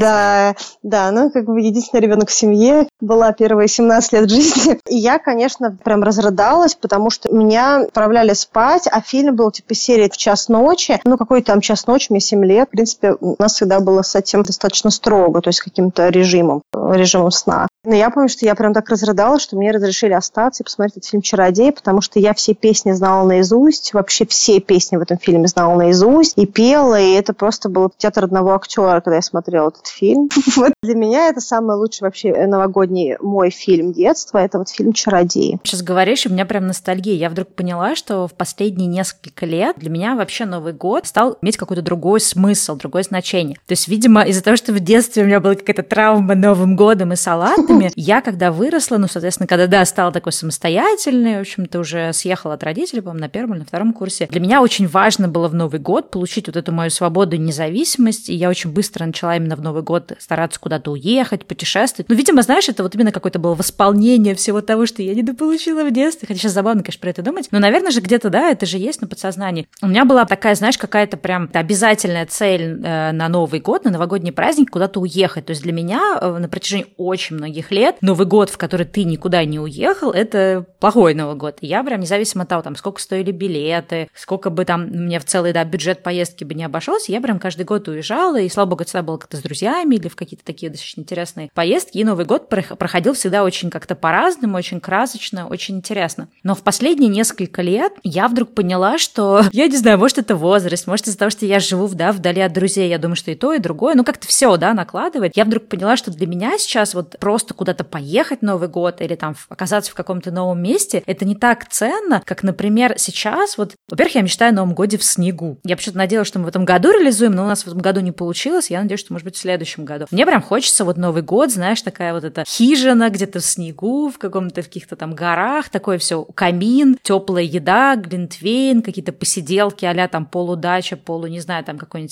Да. Ну, как бы единственный ребенок в семье. Была первые 17 лет жизни. И я, конечно, прям разрыдалась, потому что меня отправляли спать, а фильм был типа серии в час ночи. Ну, какой там час ночи, мне 7 лет. В принципе, у нас всегда было с этим достаточно строго, то есть каким-то режимом сна. Но я помню, что я прям так разрыдалась, что мне разрешили остаться и посмотреть этот фильм «Чародей», потому что я все песни знала наизусть, вообще все песни в этом фильме знала наизусть и пела, и это просто был театр одного актера, когда я смотрела этот фильм. Вот для меня это самый лучший вообще новогодний мой фильм детства, это вот фильм «Чародей». Сейчас говоришь, у меня прям ностальгия. Я вдруг поняла, что в последние несколько лет для меня вообще Новый год стал иметь какой-то другой смысл, другое значение. То есть, видимо, из-за того, что в детстве у меня была какая-то травма Новым годом и салатами, я когда выросла, ну, соответственно, когда, стала такой самостоятельной, в общем-то, уже съехала от родителей, по-моему, на первом или на втором курсе, для меня очень важно было в Новый год получить вот эту мою свободу и независимость, и я очень быстро начала именно в Новый год стараться куда-то уехать, путешествовать. Ну, видимо, знаешь, это вот именно какое-то было восполнение всего того, что я недополучила в детстве, хотя сейчас забавно, конечно, про это думать, но, наверное же, где-то, да, это же есть на подсознании. У меня была такая, знаешь, какая-то прям обязательная цель на Новый год, на новогодний праздник куда-то уехать. То есть для меня на протяжении очень многих лет Новый год, в который ты никуда не уехал, это плохой Новый год. И я прям независимо от того, там, сколько стоили билеты, сколько бы там мне в целый, да, бюджет поездки бы не обошелся, я прям каждый год уезжала, и, слава богу, всегда было как-то с друзьями или в какие-то такие достаточно интересные поездки, и Новый год проходил всегда очень как-то по-разному, очень красочно, очень интересно. Но в последние несколько лет я вдруг поняла, что, я не знаю, может, это возраст, может, из-за того, что я живу, вдали от друзей, я думаю, что и то, и другое, ну, как-то все, да, накладывает. Я вдруг поняла, что для меня сейчас вот просто куда-то поехать Новый год или там оказаться в каком-то новом месте, это не так ценно, как, например, сейчас, вот, во-первых, я мечтаю о Новом годе в снегу. Я почему-то надеялась, что мы в этом году реализуем, но у нас в этом году не получилось, я надеюсь, что, может быть, в следующем году. Мне прям хочется вот Новый год, знаешь, такая вот эта хижина где-то в снегу, в каких-то там горах, такое все, камин, теплая еда, глинтвейн, какие-то посиделки а-ля там полудача, не знаю, там какой-нибудь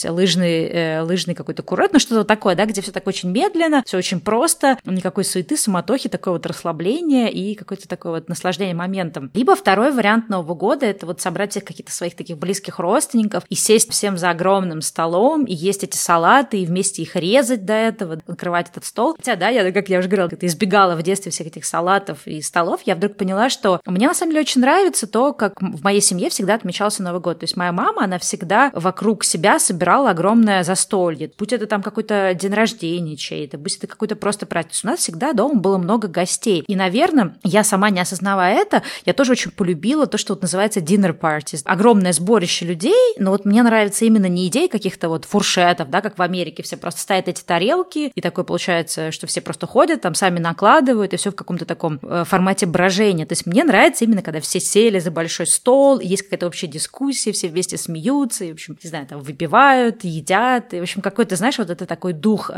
лыжный какой-то курорт, ну что-то такое, да, где все так очень медленно, все очень просто, никакой суеты, суматохи, такое вот расслабление и какой-то такое вот наслаждение моментом. Либо второй вариант Нового года — это вот собрать всех каких-то своих таких близких родственников и сесть всем за огромным столом и есть эти салаты, и вместе их резать до этого, накрывать этот стол. Хотя, да, я, как я уже говорила, как-то избегала в детстве всех этих салатов и столов, я вдруг поняла, что мне на самом деле очень нравится то, как в моей семье всегда отмечался Новый год. То есть моя мама, она всегда вокруг себя собирала огромное застолье. Будь это там какой-то день рождения чей-то, будь это какой-то просто праздник. У нас всегда дома было много гостей. И, наверное, я сама не осознавая это, я тоже очень полюбила то, что вот называется dinner parties. Огромное сборище людей, но вот мне нравится именно не идея каких-то вот фуршетов, да, как в Америке, все просто ставят эти тарелки, и такое получается, что все просто ходят, там сами накладывают, и все в каком-то таком формате брожения. То есть мне нравится именно, когда все сели за большой стол, есть какая-то общая дискуссия, все вместе смеются, и, в общем, не знаю, там выпивают, едят, и, в общем, какой-то, знаешь, вот это такой дух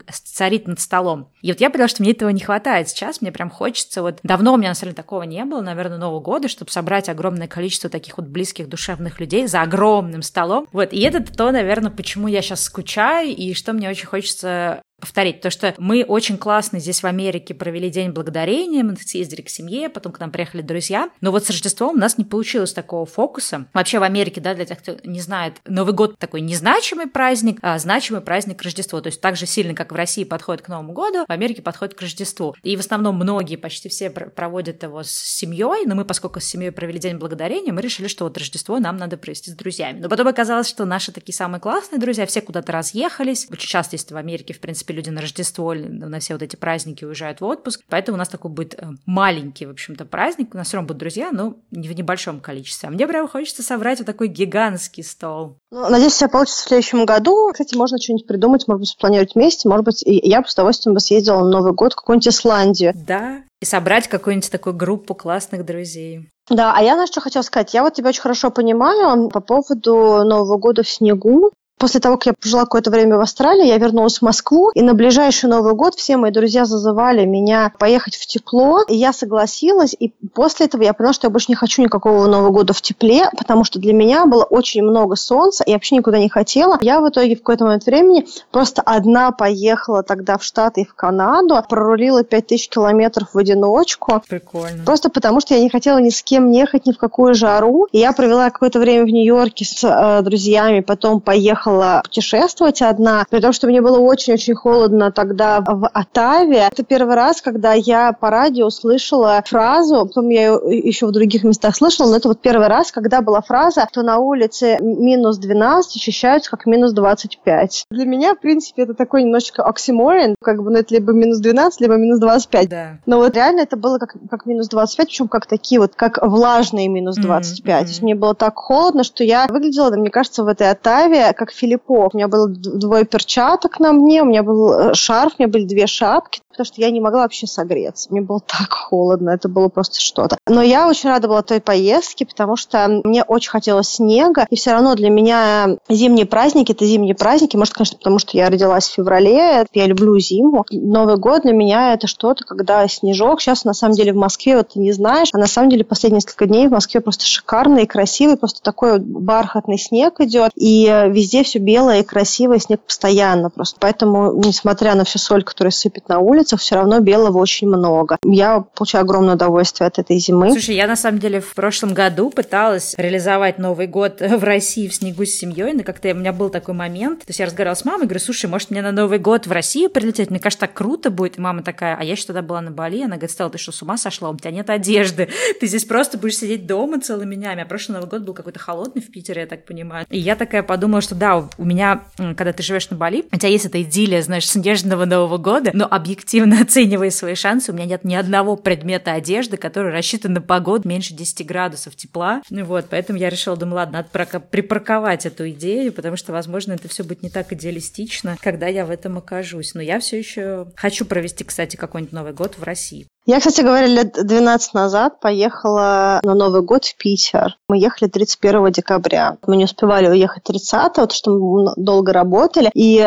царит над столом. И вот я поняла, что мне этого не хватает сейчас, мне прям хочется, вот давно у меня, на самом деле, такого не было, наверное, Нового года, чтобы собрать огромное количество таких вот близких, душевных людей за огромным столом. Вот, и это то, наверное, почему я сейчас скучаю, и что мне очень хочется повторить, то, что мы очень классно здесь в Америке провели День Благодарения, мы съездили к семье, потом к нам приехали друзья, но вот с Рождеством у нас не получилось такого фокуса. Вообще в Америке, да, для тех, кто не знает, Новый год такой незначимый праздник, а значимый праздник Рождество, то есть так же сильно, как в России подходит к Новому году, в Америке подходит к Рождеству. И в основном многие, почти все проводят его с семьей, но мы, поскольку с семьей провели День Благодарения, мы решили, что вот Рождество нам надо провести с друзьями. Но потом оказалось, что наши такие самые классные друзья все куда-то разъехались. Очень часто, если в Америке, в принципе, люди на Рождество, на все вот эти праздники уезжают в отпуск, поэтому у нас такой будет маленький, в общем-то, праздник. У нас все равно будут друзья, но не в небольшом количестве. А мне прям хочется собрать вот такой гигантский стол. Ну, надеюсь, у тебя получится в следующем году. Кстати, можно что-нибудь придумать, может быть, спланировать вместе. Может быть, я бы с удовольствием бы съездила на Новый год в какую-нибудь Исландию. Да, и собрать какую-нибудь такую группу классных друзей. Да, а я, знаешь, что хотела сказать? Я вот тебя очень хорошо понимаю по поводу Нового года в снегу. После того, как я пожила какое-то время в Австралии, я вернулась в Москву, и на ближайший Новый год все мои друзья зазывали меня поехать в тепло, и я согласилась, и после этого я поняла, что я больше не хочу никакого Нового года в тепле, потому что для меня было очень много солнца, и я вообще никуда не хотела. Я в итоге в какой-то момент времени просто одна поехала тогда в Штаты и в Канаду, прорулила 5000 километров в одиночку. Прикольно. Просто потому, что я не хотела ни с кем ехать, ни в какую жару. И я провела какое-то время в Нью-Йорке с друзьями, потом поехала путешествовать одна, при том, что мне было очень-очень холодно тогда в Оттаве. Это первый раз, когда я по радио услышала фразу, потом я ее еще в других местах слышала, но это вот первый раз, когда была фраза, что на улице минус 12 ощущаются как минус 25. Для меня, в принципе, это такой немножечко оксиморон, как бы, ну, это либо минус 12, либо минус 25. Да. Но вот реально это было как минус 25, причем как такие вот, как влажные минус 25. То есть мне было так холодно, что я выглядела, мне кажется, в этой Оттаве как Филиппов. У меня было 2 перчаток на мне, у меня был шарф, у меня были 2 шапки, потому что я не могла вообще согреться. Мне было так холодно, это было просто что-то. Но я очень рада была той поездке, потому что мне очень хотелось снега, и все равно для меня зимние праздники — это зимние праздники. Может, конечно, потому что я родилась в феврале, я люблю зиму. Новый год для меня — это что-то, когда снежок. Сейчас, на самом деле, в Москве, вот ты не знаешь, а на самом деле последние несколько дней в Москве просто шикарный и красивый, просто такой вот бархатный снег идет, и везде все белое и красивое, снег постоянно просто. Поэтому, несмотря на всю соль, которая сыпет на улицах, все равно белого очень много. Я получаю огромное удовольствие от этой зимы. Слушай, я на самом деле в прошлом году пыталась реализовать Новый год в России в снегу с семьей, но как-то у меня был такой момент. То есть я разговаривала с мамой, говорю, слушай, может мне на Новый год в Россию прилететь? Мне кажется, так круто будет. И мама такая, а я еще тогда была на Бали, она говорит, Стелла, ты что, с ума сошла? У тебя нет одежды. Ты здесь просто будешь сидеть дома целыми днями. А прошлый Новый год был какой-то холодный в Питере, я так понимаю. И я такая подумала, что да, у меня, когда ты живешь на Бали, у тебя есть эта идиллия, знаешь, снежного Нового года, но объективно оценивая свои шансы, у меня нет ни одного предмета одежды, который рассчитан на погоду меньше 10 градусов тепла. Ну вот, поэтому я решила, думаю, ладно, надо припарковать эту идею, потому что, возможно, это все будет не так идеалистично, когда я в этом окажусь. Но я все еще хочу провести, кстати, какой-нибудь Новый год в России. Я, кстати говоря, лет 12 назад поехала на Новый год в Питер. Мы ехали 31 декабря. Мы не успевали уехать 30-го, потому что мы долго работали. И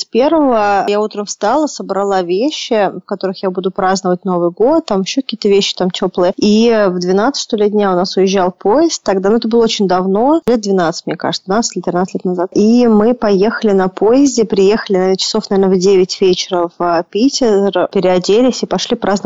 31-го я утром встала, собрала вещи, в которых я буду праздновать Новый год, там еще какие-то вещи там теплые. И в 12, что ли, дня у нас уезжал поезд. Тогда, это было очень давно, лет 12, мне кажется, 12 или 13 лет назад. И мы поехали на поезде, приехали часов, наверное, в 9 вечера в Питер, переоделись и пошли праздновать Новый год.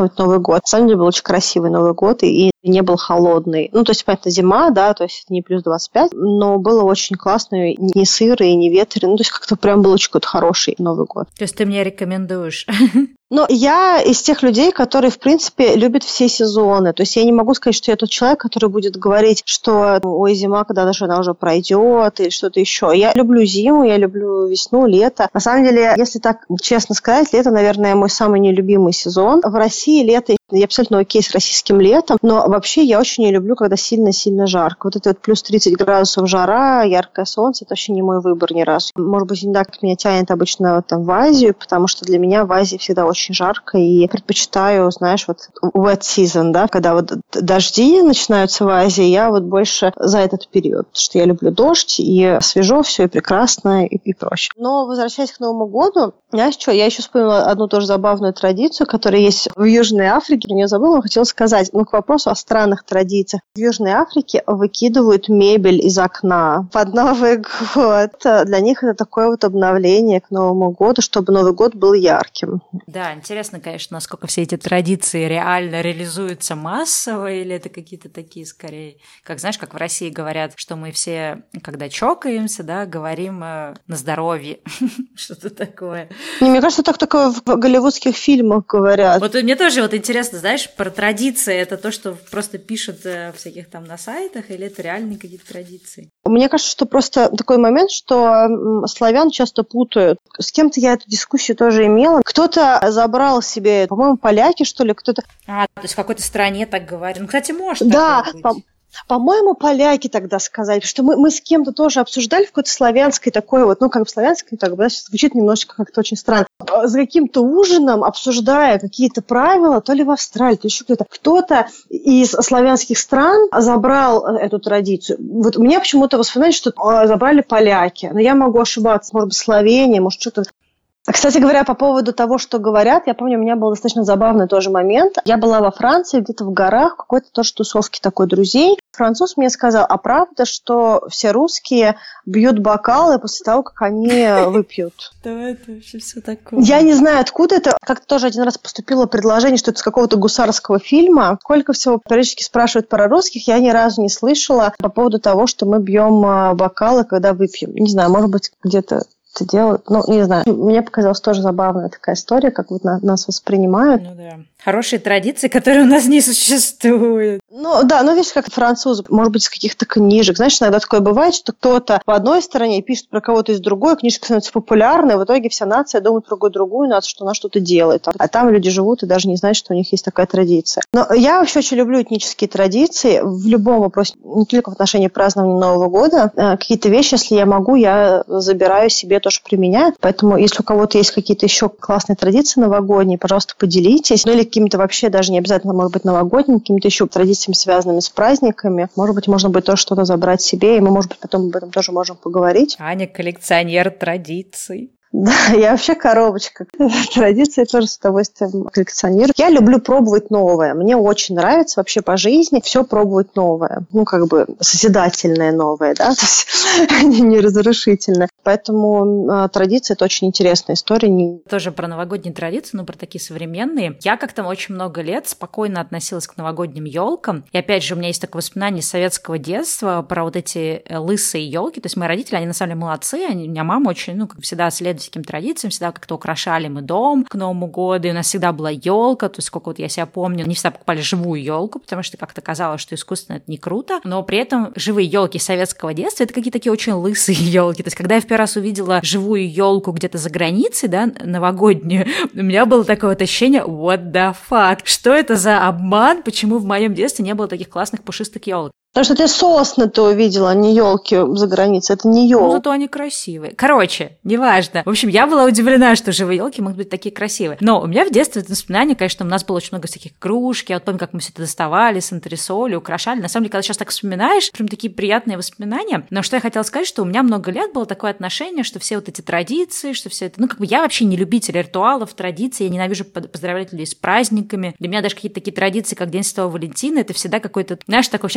год. На самом деле был очень красивый Новый год, и не был холодный. Ну, то есть, понятно, зима, да, то есть не плюс 25, но было очень классно, не сыро и не ветрено. Ну, то есть как-то прям был очень какой-то хороший Новый год. То есть ты мне рекомендуешь? Но я из тех людей, которые, в принципе, любят все сезоны. То есть я не могу сказать, что я тот человек, который будет говорить, что ой, зима, когда даже она уже пройдет, или что-то еще. Я люблю зиму, я люблю весну, лето. На самом деле, если так честно сказать, лето, наверное, мой самый нелюбимый сезон. В России лето, я абсолютно окей с российским летом, но вообще я очень не люблю, когда сильно-сильно жарко. Вот это вот плюс 30 градусов жара, яркое солнце, это вообще не мой выбор ни разу. Может быть, не так меня тянет обычно там в Азию, потому что для меня в Азии всегда очень жарко, и я предпочитаю, знаешь, вот wet season, да, когда вот дожди начинаются в Азии, я вот больше за этот период, потому что я люблю дождь, и свежо все, и прекрасно, и прочее. Но возвращаясь к Новому году, знаешь что, я еще вспомнила одну тоже забавную традицию, которая есть в Южной Африке, про нее забыла, но хотела сказать, к вопросу о странных традициях. В Южной Африке выкидывают мебель из окна под Новый год. Для них это такое вот обновление к Новому году, чтобы Новый год был ярким. Да, интересно, конечно, насколько все эти традиции реально реализуются массово, или это какие-то такие, скорее, как, знаешь, как в России говорят, что мы все, когда чокаемся, да, говорим на здоровье, что-то такое. Мне кажется, так только в голливудских фильмах говорят. Вот мне тоже вот интересно, знаешь, про традиции, это то, что просто пишут всяких там на сайтах, или это реальные какие-то традиции? Мне кажется, что просто такой момент, что славян часто путают. С кем-то я эту дискуссию тоже имела. Кто-то забрал себе, по-моему, поляки, что ли, кто-то... То есть в какой-то стране так говорят. Ну, кстати, может да, быть. По-моему, поляки тогда сказали, что мы с кем-то тоже обсуждали в какой-то славянской такой вот, как бы славянской, так бы, звучит немножечко как-то очень странно. За каким-то ужином, обсуждая какие-то правила, то ли в Австралии, то ли еще кто-то. Кто-то из славянских стран забрал эту традицию. Вот у меня почему-то воспоминание, что забрали поляки. Но я могу ошибаться. Может быть, Словения, может, что-то... Кстати говоря, по поводу того, что говорят, я помню, у меня был достаточно забавный тоже момент. Я была во Франции, где-то в горах, какой-то тоже тусовки такой друзей. Француз мне сказал, а правда, что все русские бьют бокалы после того, как они выпьют? Да, это вообще все такое. Я не знаю, откуда это. Как-то тоже один раз поступило предложение, что это с какого-то гусарского фильма. Сколько всего периодически спрашивают про русских, я ни разу не слышала по поводу того, что мы бьем бокалы, когда выпьем. Не знаю, может быть, где-то это делают. Не знаю. Мне показалась тоже забавная такая история, как вот нас воспринимают. Ну да. Хорошие традиции, которые у нас не существуют. Видишь, как французы, может быть, из каких-то книжек. Знаешь, иногда такое бывает, что кто-то по одной стороне пишет про кого-то из другой, книжка становится популярной, в итоге вся нация думает про другую нацию, что она что-то делает. А там люди живут и даже не знают, что у них есть такая традиция. Но я вообще очень люблю этнические традиции в любом вопросе, не только в отношении празднования Нового года. Какие-то вещи, если я могу, я забираю себе, тоже применяю. Поэтому, если у кого-то есть какие-то еще классные традиции новогодние, пожалуйста, поделитесь. Или какими-то вообще даже не обязательно, может быть, новогодними, какими-то еще традициями, связанными с праздниками. Может быть, можно будет тоже что-то забрать себе, и мы, может быть, потом об этом тоже можем поговорить. Аня коллекционер традиций. Да, я вообще коробочка. Традиции тоже с удовольствием коллекционирую. Я люблю пробовать новое. Мне очень нравится вообще по жизни все пробовать новое. Созидательное новое, да, то есть не разрушительное. Поэтому традиции – это очень интересная история. Тоже про новогодние традиции, про такие современные. Я как-то очень много лет спокойно относилась к новогодним елкам. И опять же, у меня есть такое воспоминание из советского детства про вот эти лысые елки. То есть мои родители, они на самом деле молодцы. У меня мама очень, всегда следует таким традициям, всегда как-то украшали мы дом к Новому году, и у нас всегда была елка, то есть сколько вот я себя помню, они всегда покупали живую елку, потому что как-то казалось, что искусственно это не круто, но при этом живые елки советского детства это какие-то такие очень лысые елки. То есть когда я в первый раз увидела живую елку где-то за границей, да, новогоднюю, у меня было такое вот ощущение what the fuck, что это за обман, почему в моем детстве не было таких классных пушистых елок. Потому что ты сосны-то увидела, а не елки за границей. Это не елки. Зато они красивые. Короче, неважно. В общем, я была удивлена, что живые елки могут быть такие красивые. Но у меня в детстве это воспоминание, конечно, у нас было очень много всяких игрушек. Я вот помню, как мы все это доставали с антресолью, украшали. На самом деле, когда сейчас так вспоминаешь, прям такие приятные воспоминания. Но что я хотела сказать, что у меня много лет было такое отношение, что все вот эти традиции, что все это... я вообще не любитель ритуалов, традиций. Я ненавижу поздравлять людей с праздниками. Для меня даже какие-то такие традиции, как День Святого Валентина, это всегда какой-то... Знаешь, такое ощущение, что у меня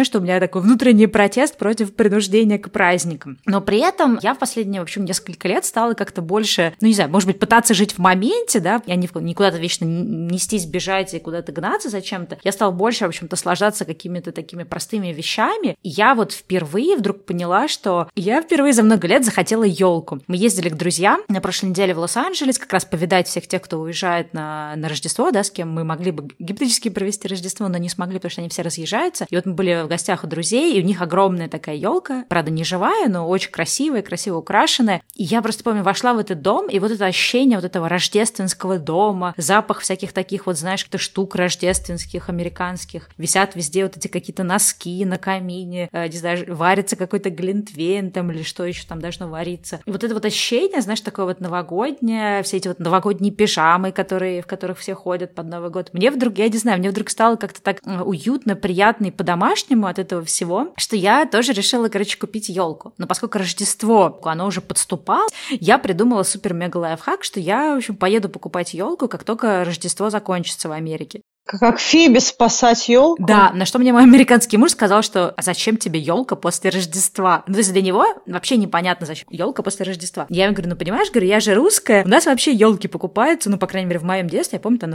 такой внутренний протест против принуждения к праздникам. Но при этом я в последние, в общем, несколько лет стала как-то больше, ну, не знаю, может быть, пытаться жить в моменте, да, а не куда-то вечно нестись, бежать и куда-то гнаться зачем-то. Я стала больше, в общем-то, наслаждаться какими-то такими простыми вещами. И я вот впервые вдруг поняла, что я впервые за много лет захотела елку. Мы ездили к друзьям на прошлой неделе в Лос-Анджелес, как раз повидать всех тех, кто уезжает на Рождество, да, с кем мы могли бы гипотетически провести Рождество, но не смогли, потому что они все разъезжаются. И вот мы были в гостях у друзей, и у них огромная такая елка, правда, не живая, но очень красивая, красиво украшенная. И я просто помню, вошла в этот дом, и вот это ощущение вот этого рождественского дома, запах всяких таких вот, знаешь, каких-то штук рождественских, американских. Висят везде вот эти какие-то носки на камине, не знаю, варится какой-то глинтвейн там или что еще там должно вариться. И вот это вот ощущение, знаешь, такое вот новогоднее, все эти вот новогодние пижамы, в которых все ходят под Новый год. Мне вдруг, я не знаю, мне вдруг стало как-то так уютно, приятно и по-домашнему от этого всего, что я тоже решила, короче, купить елку. Но поскольку Рождество, оно уже подступало, я придумала супер-мега-лайфхак, что я, в общем, поеду покупать елку, как только Рождество закончится в Америке. Как Фиби спасать елку? Да, на что мне мой американский муж сказал, что а зачем тебе елка после Рождества? Ну, то есть для него вообще непонятно, зачем елка после Рождества. Я ему говорю, ну понимаешь, говорю, я же русская, у нас вообще елки покупаются, ну, по крайней мере, в моем детстве, я помню, там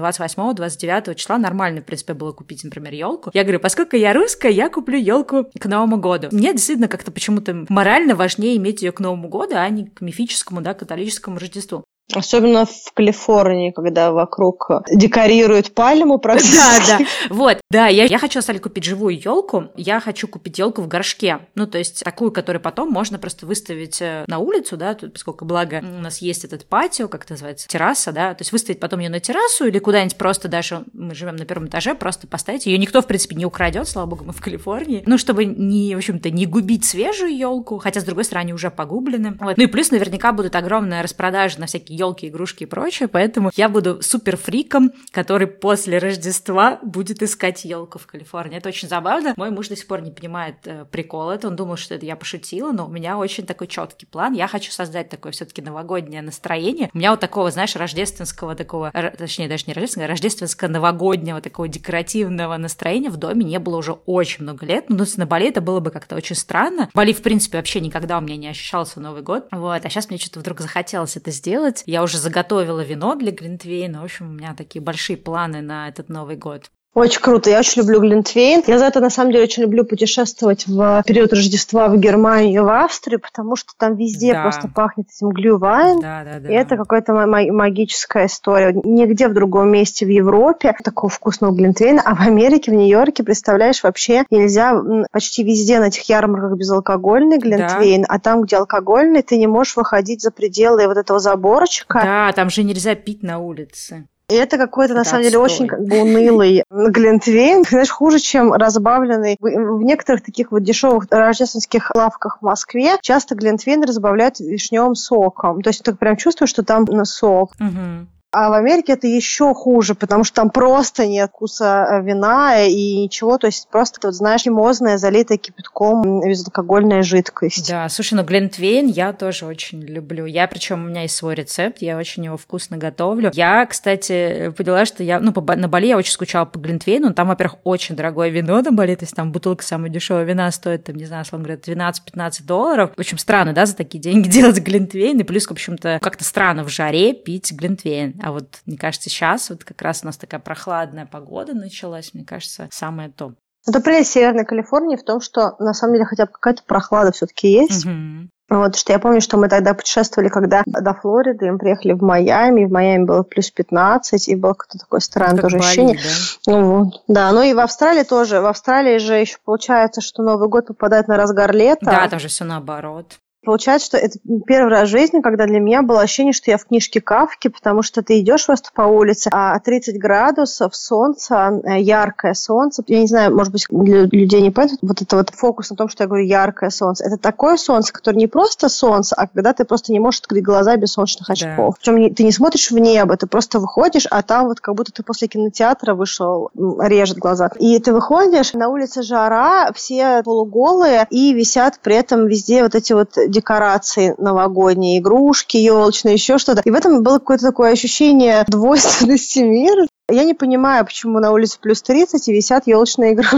28-29 числа нормально, в принципе, было купить, например, елку. Я говорю, поскольку я русская, я куплю елку к Новому году. Мне действительно как-то почему-то морально важнее иметь ее к Новому году, а не к мифическому, да, католическому Рождеству. Особенно в Калифорнии, когда вокруг декорируют пальму практически. Да. Вот. Да, я хочу, на самом деле, купить живую елку. Я хочу купить елку в горшке. Ну, то есть такую, которую потом можно просто выставить на улицу, да, поскольку, благо, у нас есть этот патио, как это называется, терраса, да, то есть выставить потом ее на террасу или куда-нибудь просто даже, мы живем на первом этаже, просто поставить. Ее никто, в принципе, не украдет, слава богу, мы в Калифорнии. Ну, чтобы в общем-то, не губить свежую елку, хотя, с другой стороны, они уже погублены. Вот. Ну и плюс наверняка будут огромная распродажа на всякие елки, игрушки и прочее, поэтому я буду суперфриком, который после Рождества будет искать елку в Калифорнии. Это очень забавно. Мой муж до сих пор не понимает прикол это, он думал, что это я пошутила, но у меня очень такой четкий план. Я хочу создать такое все-таки новогоднее настроение. У меня вот такого, знаешь, рождественского такого, точнее, даже не рождественского, а рождественско-новогоднего такого декоративного настроения в доме не было уже очень много лет. Ну, на Бали это было бы как-то очень странно. Бали, в принципе, вообще никогда у меня не ощущался Новый год. Вот. А сейчас мне что-то вдруг захотелось это сделать. Я уже заготовила вино для глинтвейна. В общем, у меня такие большие планы на этот Новый год. Очень круто. Я очень люблю глинтвейн. Я за это, на самом деле, очень люблю путешествовать в период Рождества в Германию и в Австрию, потому что там везде просто пахнет этим глюйвайн. Да. И это какая-то магическая история. Нигде в другом месте в Европе такого вкусного глинтвейна, а в Америке, в Нью-Йорке, представляешь, вообще нельзя почти везде на этих ярмарках безалкогольный глинтвейн, а там, где алкогольный, ты не можешь выходить за пределы вот этого заборчика. Да, там же нельзя пить на улице. И это какой-то, на самом деле, очень унылый глинтвейн. Знаешь, хуже, чем разбавленный. В некоторых таких вот дешевых рождественских лавках в Москве часто глинтвейн разбавляют вишневым соком. То есть ты прям чувствуешь, что там сок. Угу. А в Америке это еще хуже, потому что там просто нет вкуса вина и ничего, то есть просто, вот, знаешь, химозная, залитая кипятком безалкогольная жидкость. Да, слушай, ну глинтвейн я тоже очень люблю. Причем у меня есть свой рецепт, я очень его вкусно готовлю. Я, кстати, поняла, что на Бали я очень скучала по глинтвейну. Там, во-первых, очень дорогое вино на Бали, то есть там бутылка самого дешевого вина стоит, там, не знаю, условно говоря, $12-15. В общем, странно, да, за такие деньги делать глинтвейн, и плюс, в общем-то, как-то странно в жаре пить глинтвейн. А вот, мне кажется, сейчас вот как раз у нас такая прохладная погода началась, мне кажется, самое то. Это прелесть Северной Калифорнии в том, что на самом деле хотя бы какая-то прохлада все-таки есть. Угу. Вот, что я помню, что мы тогда путешествовали, когда до Флориды, и мы приехали в Майами было плюс 15, и было какое-то такое странное тоже ощущение. Да? Вот. Да, ну и в Австралии тоже. В Австралии же еще получается, что Новый год попадает на разгар лета. Да, там же все наоборот. Получается, что это первый раз в жизни, когда для меня было ощущение, что я в книжке Кафки, потому что ты идешь просто по улице, а 30 градусов, солнце, яркое солнце. Я не знаю, может быть, для людей не понятно, вот это вот фокус на том, что я говорю яркое солнце. Это такое солнце, которое не просто солнце, а когда ты просто не можешь открыть глаза без солнечных очков. Да. Причем ты не смотришь в небо, ты просто выходишь, а там вот как будто ты после кинотеатра вышел, режет глаза. И ты выходишь, на улице жара, все полуголые, и висят при этом везде вот эти вот декорации новогодние, игрушки, елочные, еще что-то. И в этом было какое-то такое ощущение двойственности мира. Я не понимаю, почему на улице плюс 30 и висят елочные игрушки.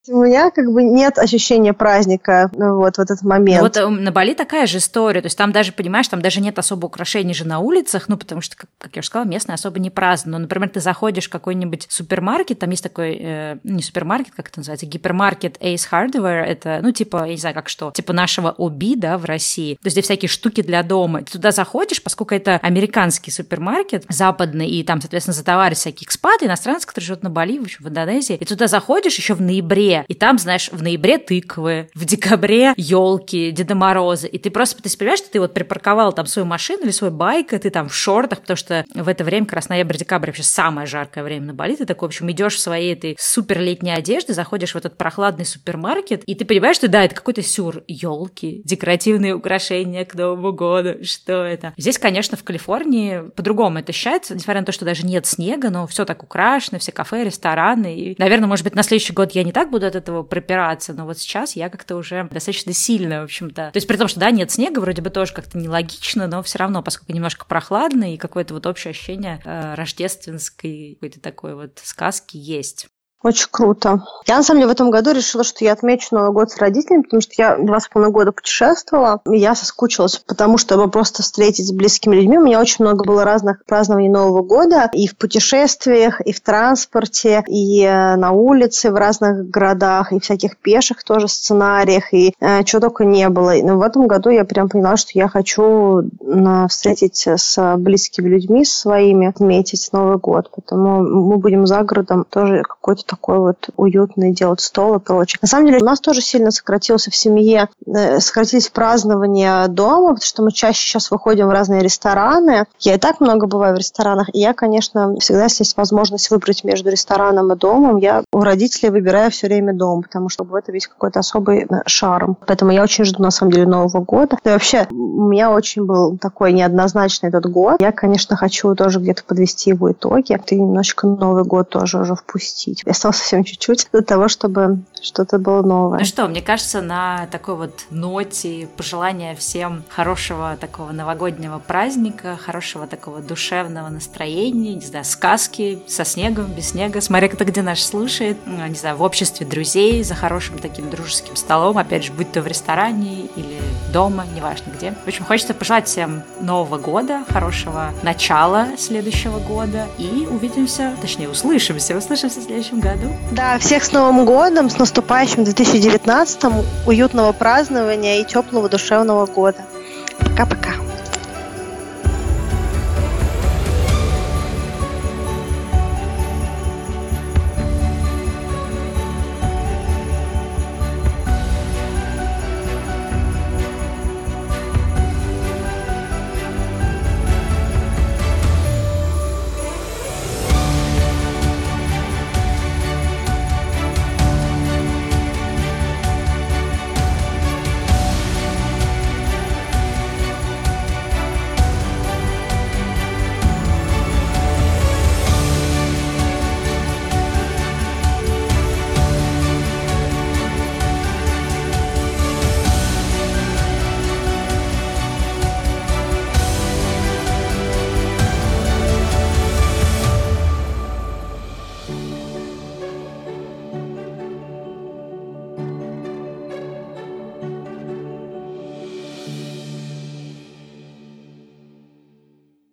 У меня как бы нет ощущения праздника вот в этот момент. Вот на Бали такая же история, то есть там даже, понимаешь, там даже нет особо украшений же на улицах, ну, потому что, как я уже сказала, местные особо не празднуют. Но, например, ты заходишь в какой-нибудь супермаркет, там есть такой, не супермаркет, как это называется, гипермаркет Ace Hardware, это, ну, типа, я не знаю, как что, типа нашего Оби, да, в России, то есть где всякие штуки для дома. Ты туда заходишь, поскольку это американский супермаркет, западный, и там, соответственно, за товары всякие экспаты, иностранцы, которые живут на Бали, в общем, в Индонезии, и туда заходишь еще в ноябре, и там, знаешь, в ноябре тыквы, в декабре елки, Деда Мороза. И ты просто, ты понимаешь, что ты вот припарковал там свою машину или свой байк, и ты там в шортах, потому что в это время, как раз ноябрь-декабрь, вообще самое жаркое время на Бали. Ты такой, в общем, идешь в своей этой супер летней одежде, заходишь в этот прохладный супермаркет, и ты понимаешь, что да, это какой-то сюр. Елки, декоративные украшения к Новому году. Что это? Здесь, конечно, в Калифорнии по-другому это ощущается, несмотря на то, что даже нет снега, но все так украшено, все кафе, рестораны. И, наверное, может быть, на следующий год я не так буду от этого пропираться, но вот сейчас я как-то уже достаточно сильно, в общем-то. То есть при том, что да, нет снега, вроде бы тоже как-то нелогично, но все равно, поскольку немножко прохладно и какое-то вот общее ощение рождественской какой-то такой вот сказки есть. Очень круто. Я, на самом деле, в этом году решила, что я отмечу Новый год с родителями, потому что я 2,5 года путешествовала, и я соскучилась, потому чтобы просто встретить с близкими людьми. У меня очень много было разных празднований Нового года, и в путешествиях, и в транспорте, и на улице в разных городах, и всяких пеших тоже сценариях, и чего только не было. Но в этом году я прям поняла, что я хочу встретить с близкими людьми, своими, отметить Новый год. Поэтому мы будем за городом тоже какой-то такой вот уютный делать стол и прочее. На самом деле у нас тоже сильно сократился в семье, сократились празднования дома, потому что мы чаще сейчас выходим в разные рестораны. Я и так много бываю в ресторанах, и я, конечно, всегда, если есть возможность выбрать между рестораном и домом, я у родителей выбираю все время дом, потому что в этом есть какой-то особый шарм. Поэтому я очень жду, на самом деле, Нового года. И вообще, у меня очень был такой неоднозначный этот год. Я, конечно, хочу тоже где-то подвести его итоги, и немножечко Новый год тоже уже впустить. Осталось совсем чуть-чуть для того, чтобы что-то было новое. Ну что, мне кажется, на такой вот ноте пожелания всем хорошего такого новогоднего праздника, хорошего такого душевного настроения, не знаю, сказки со снегом, без снега, смотря кто где нас слушает, не знаю, в обществе друзей, за хорошим таким дружеским столом, опять же, будь то в ресторане или дома, неважно где. В общем, хочется пожелать всем Нового года, хорошего начала следующего года, и увидимся, точнее, услышимся в следующем году. Да, всех с Новым годом, с наступающим 2019-м, уютного празднования и теплого душевного года. Пока-пока.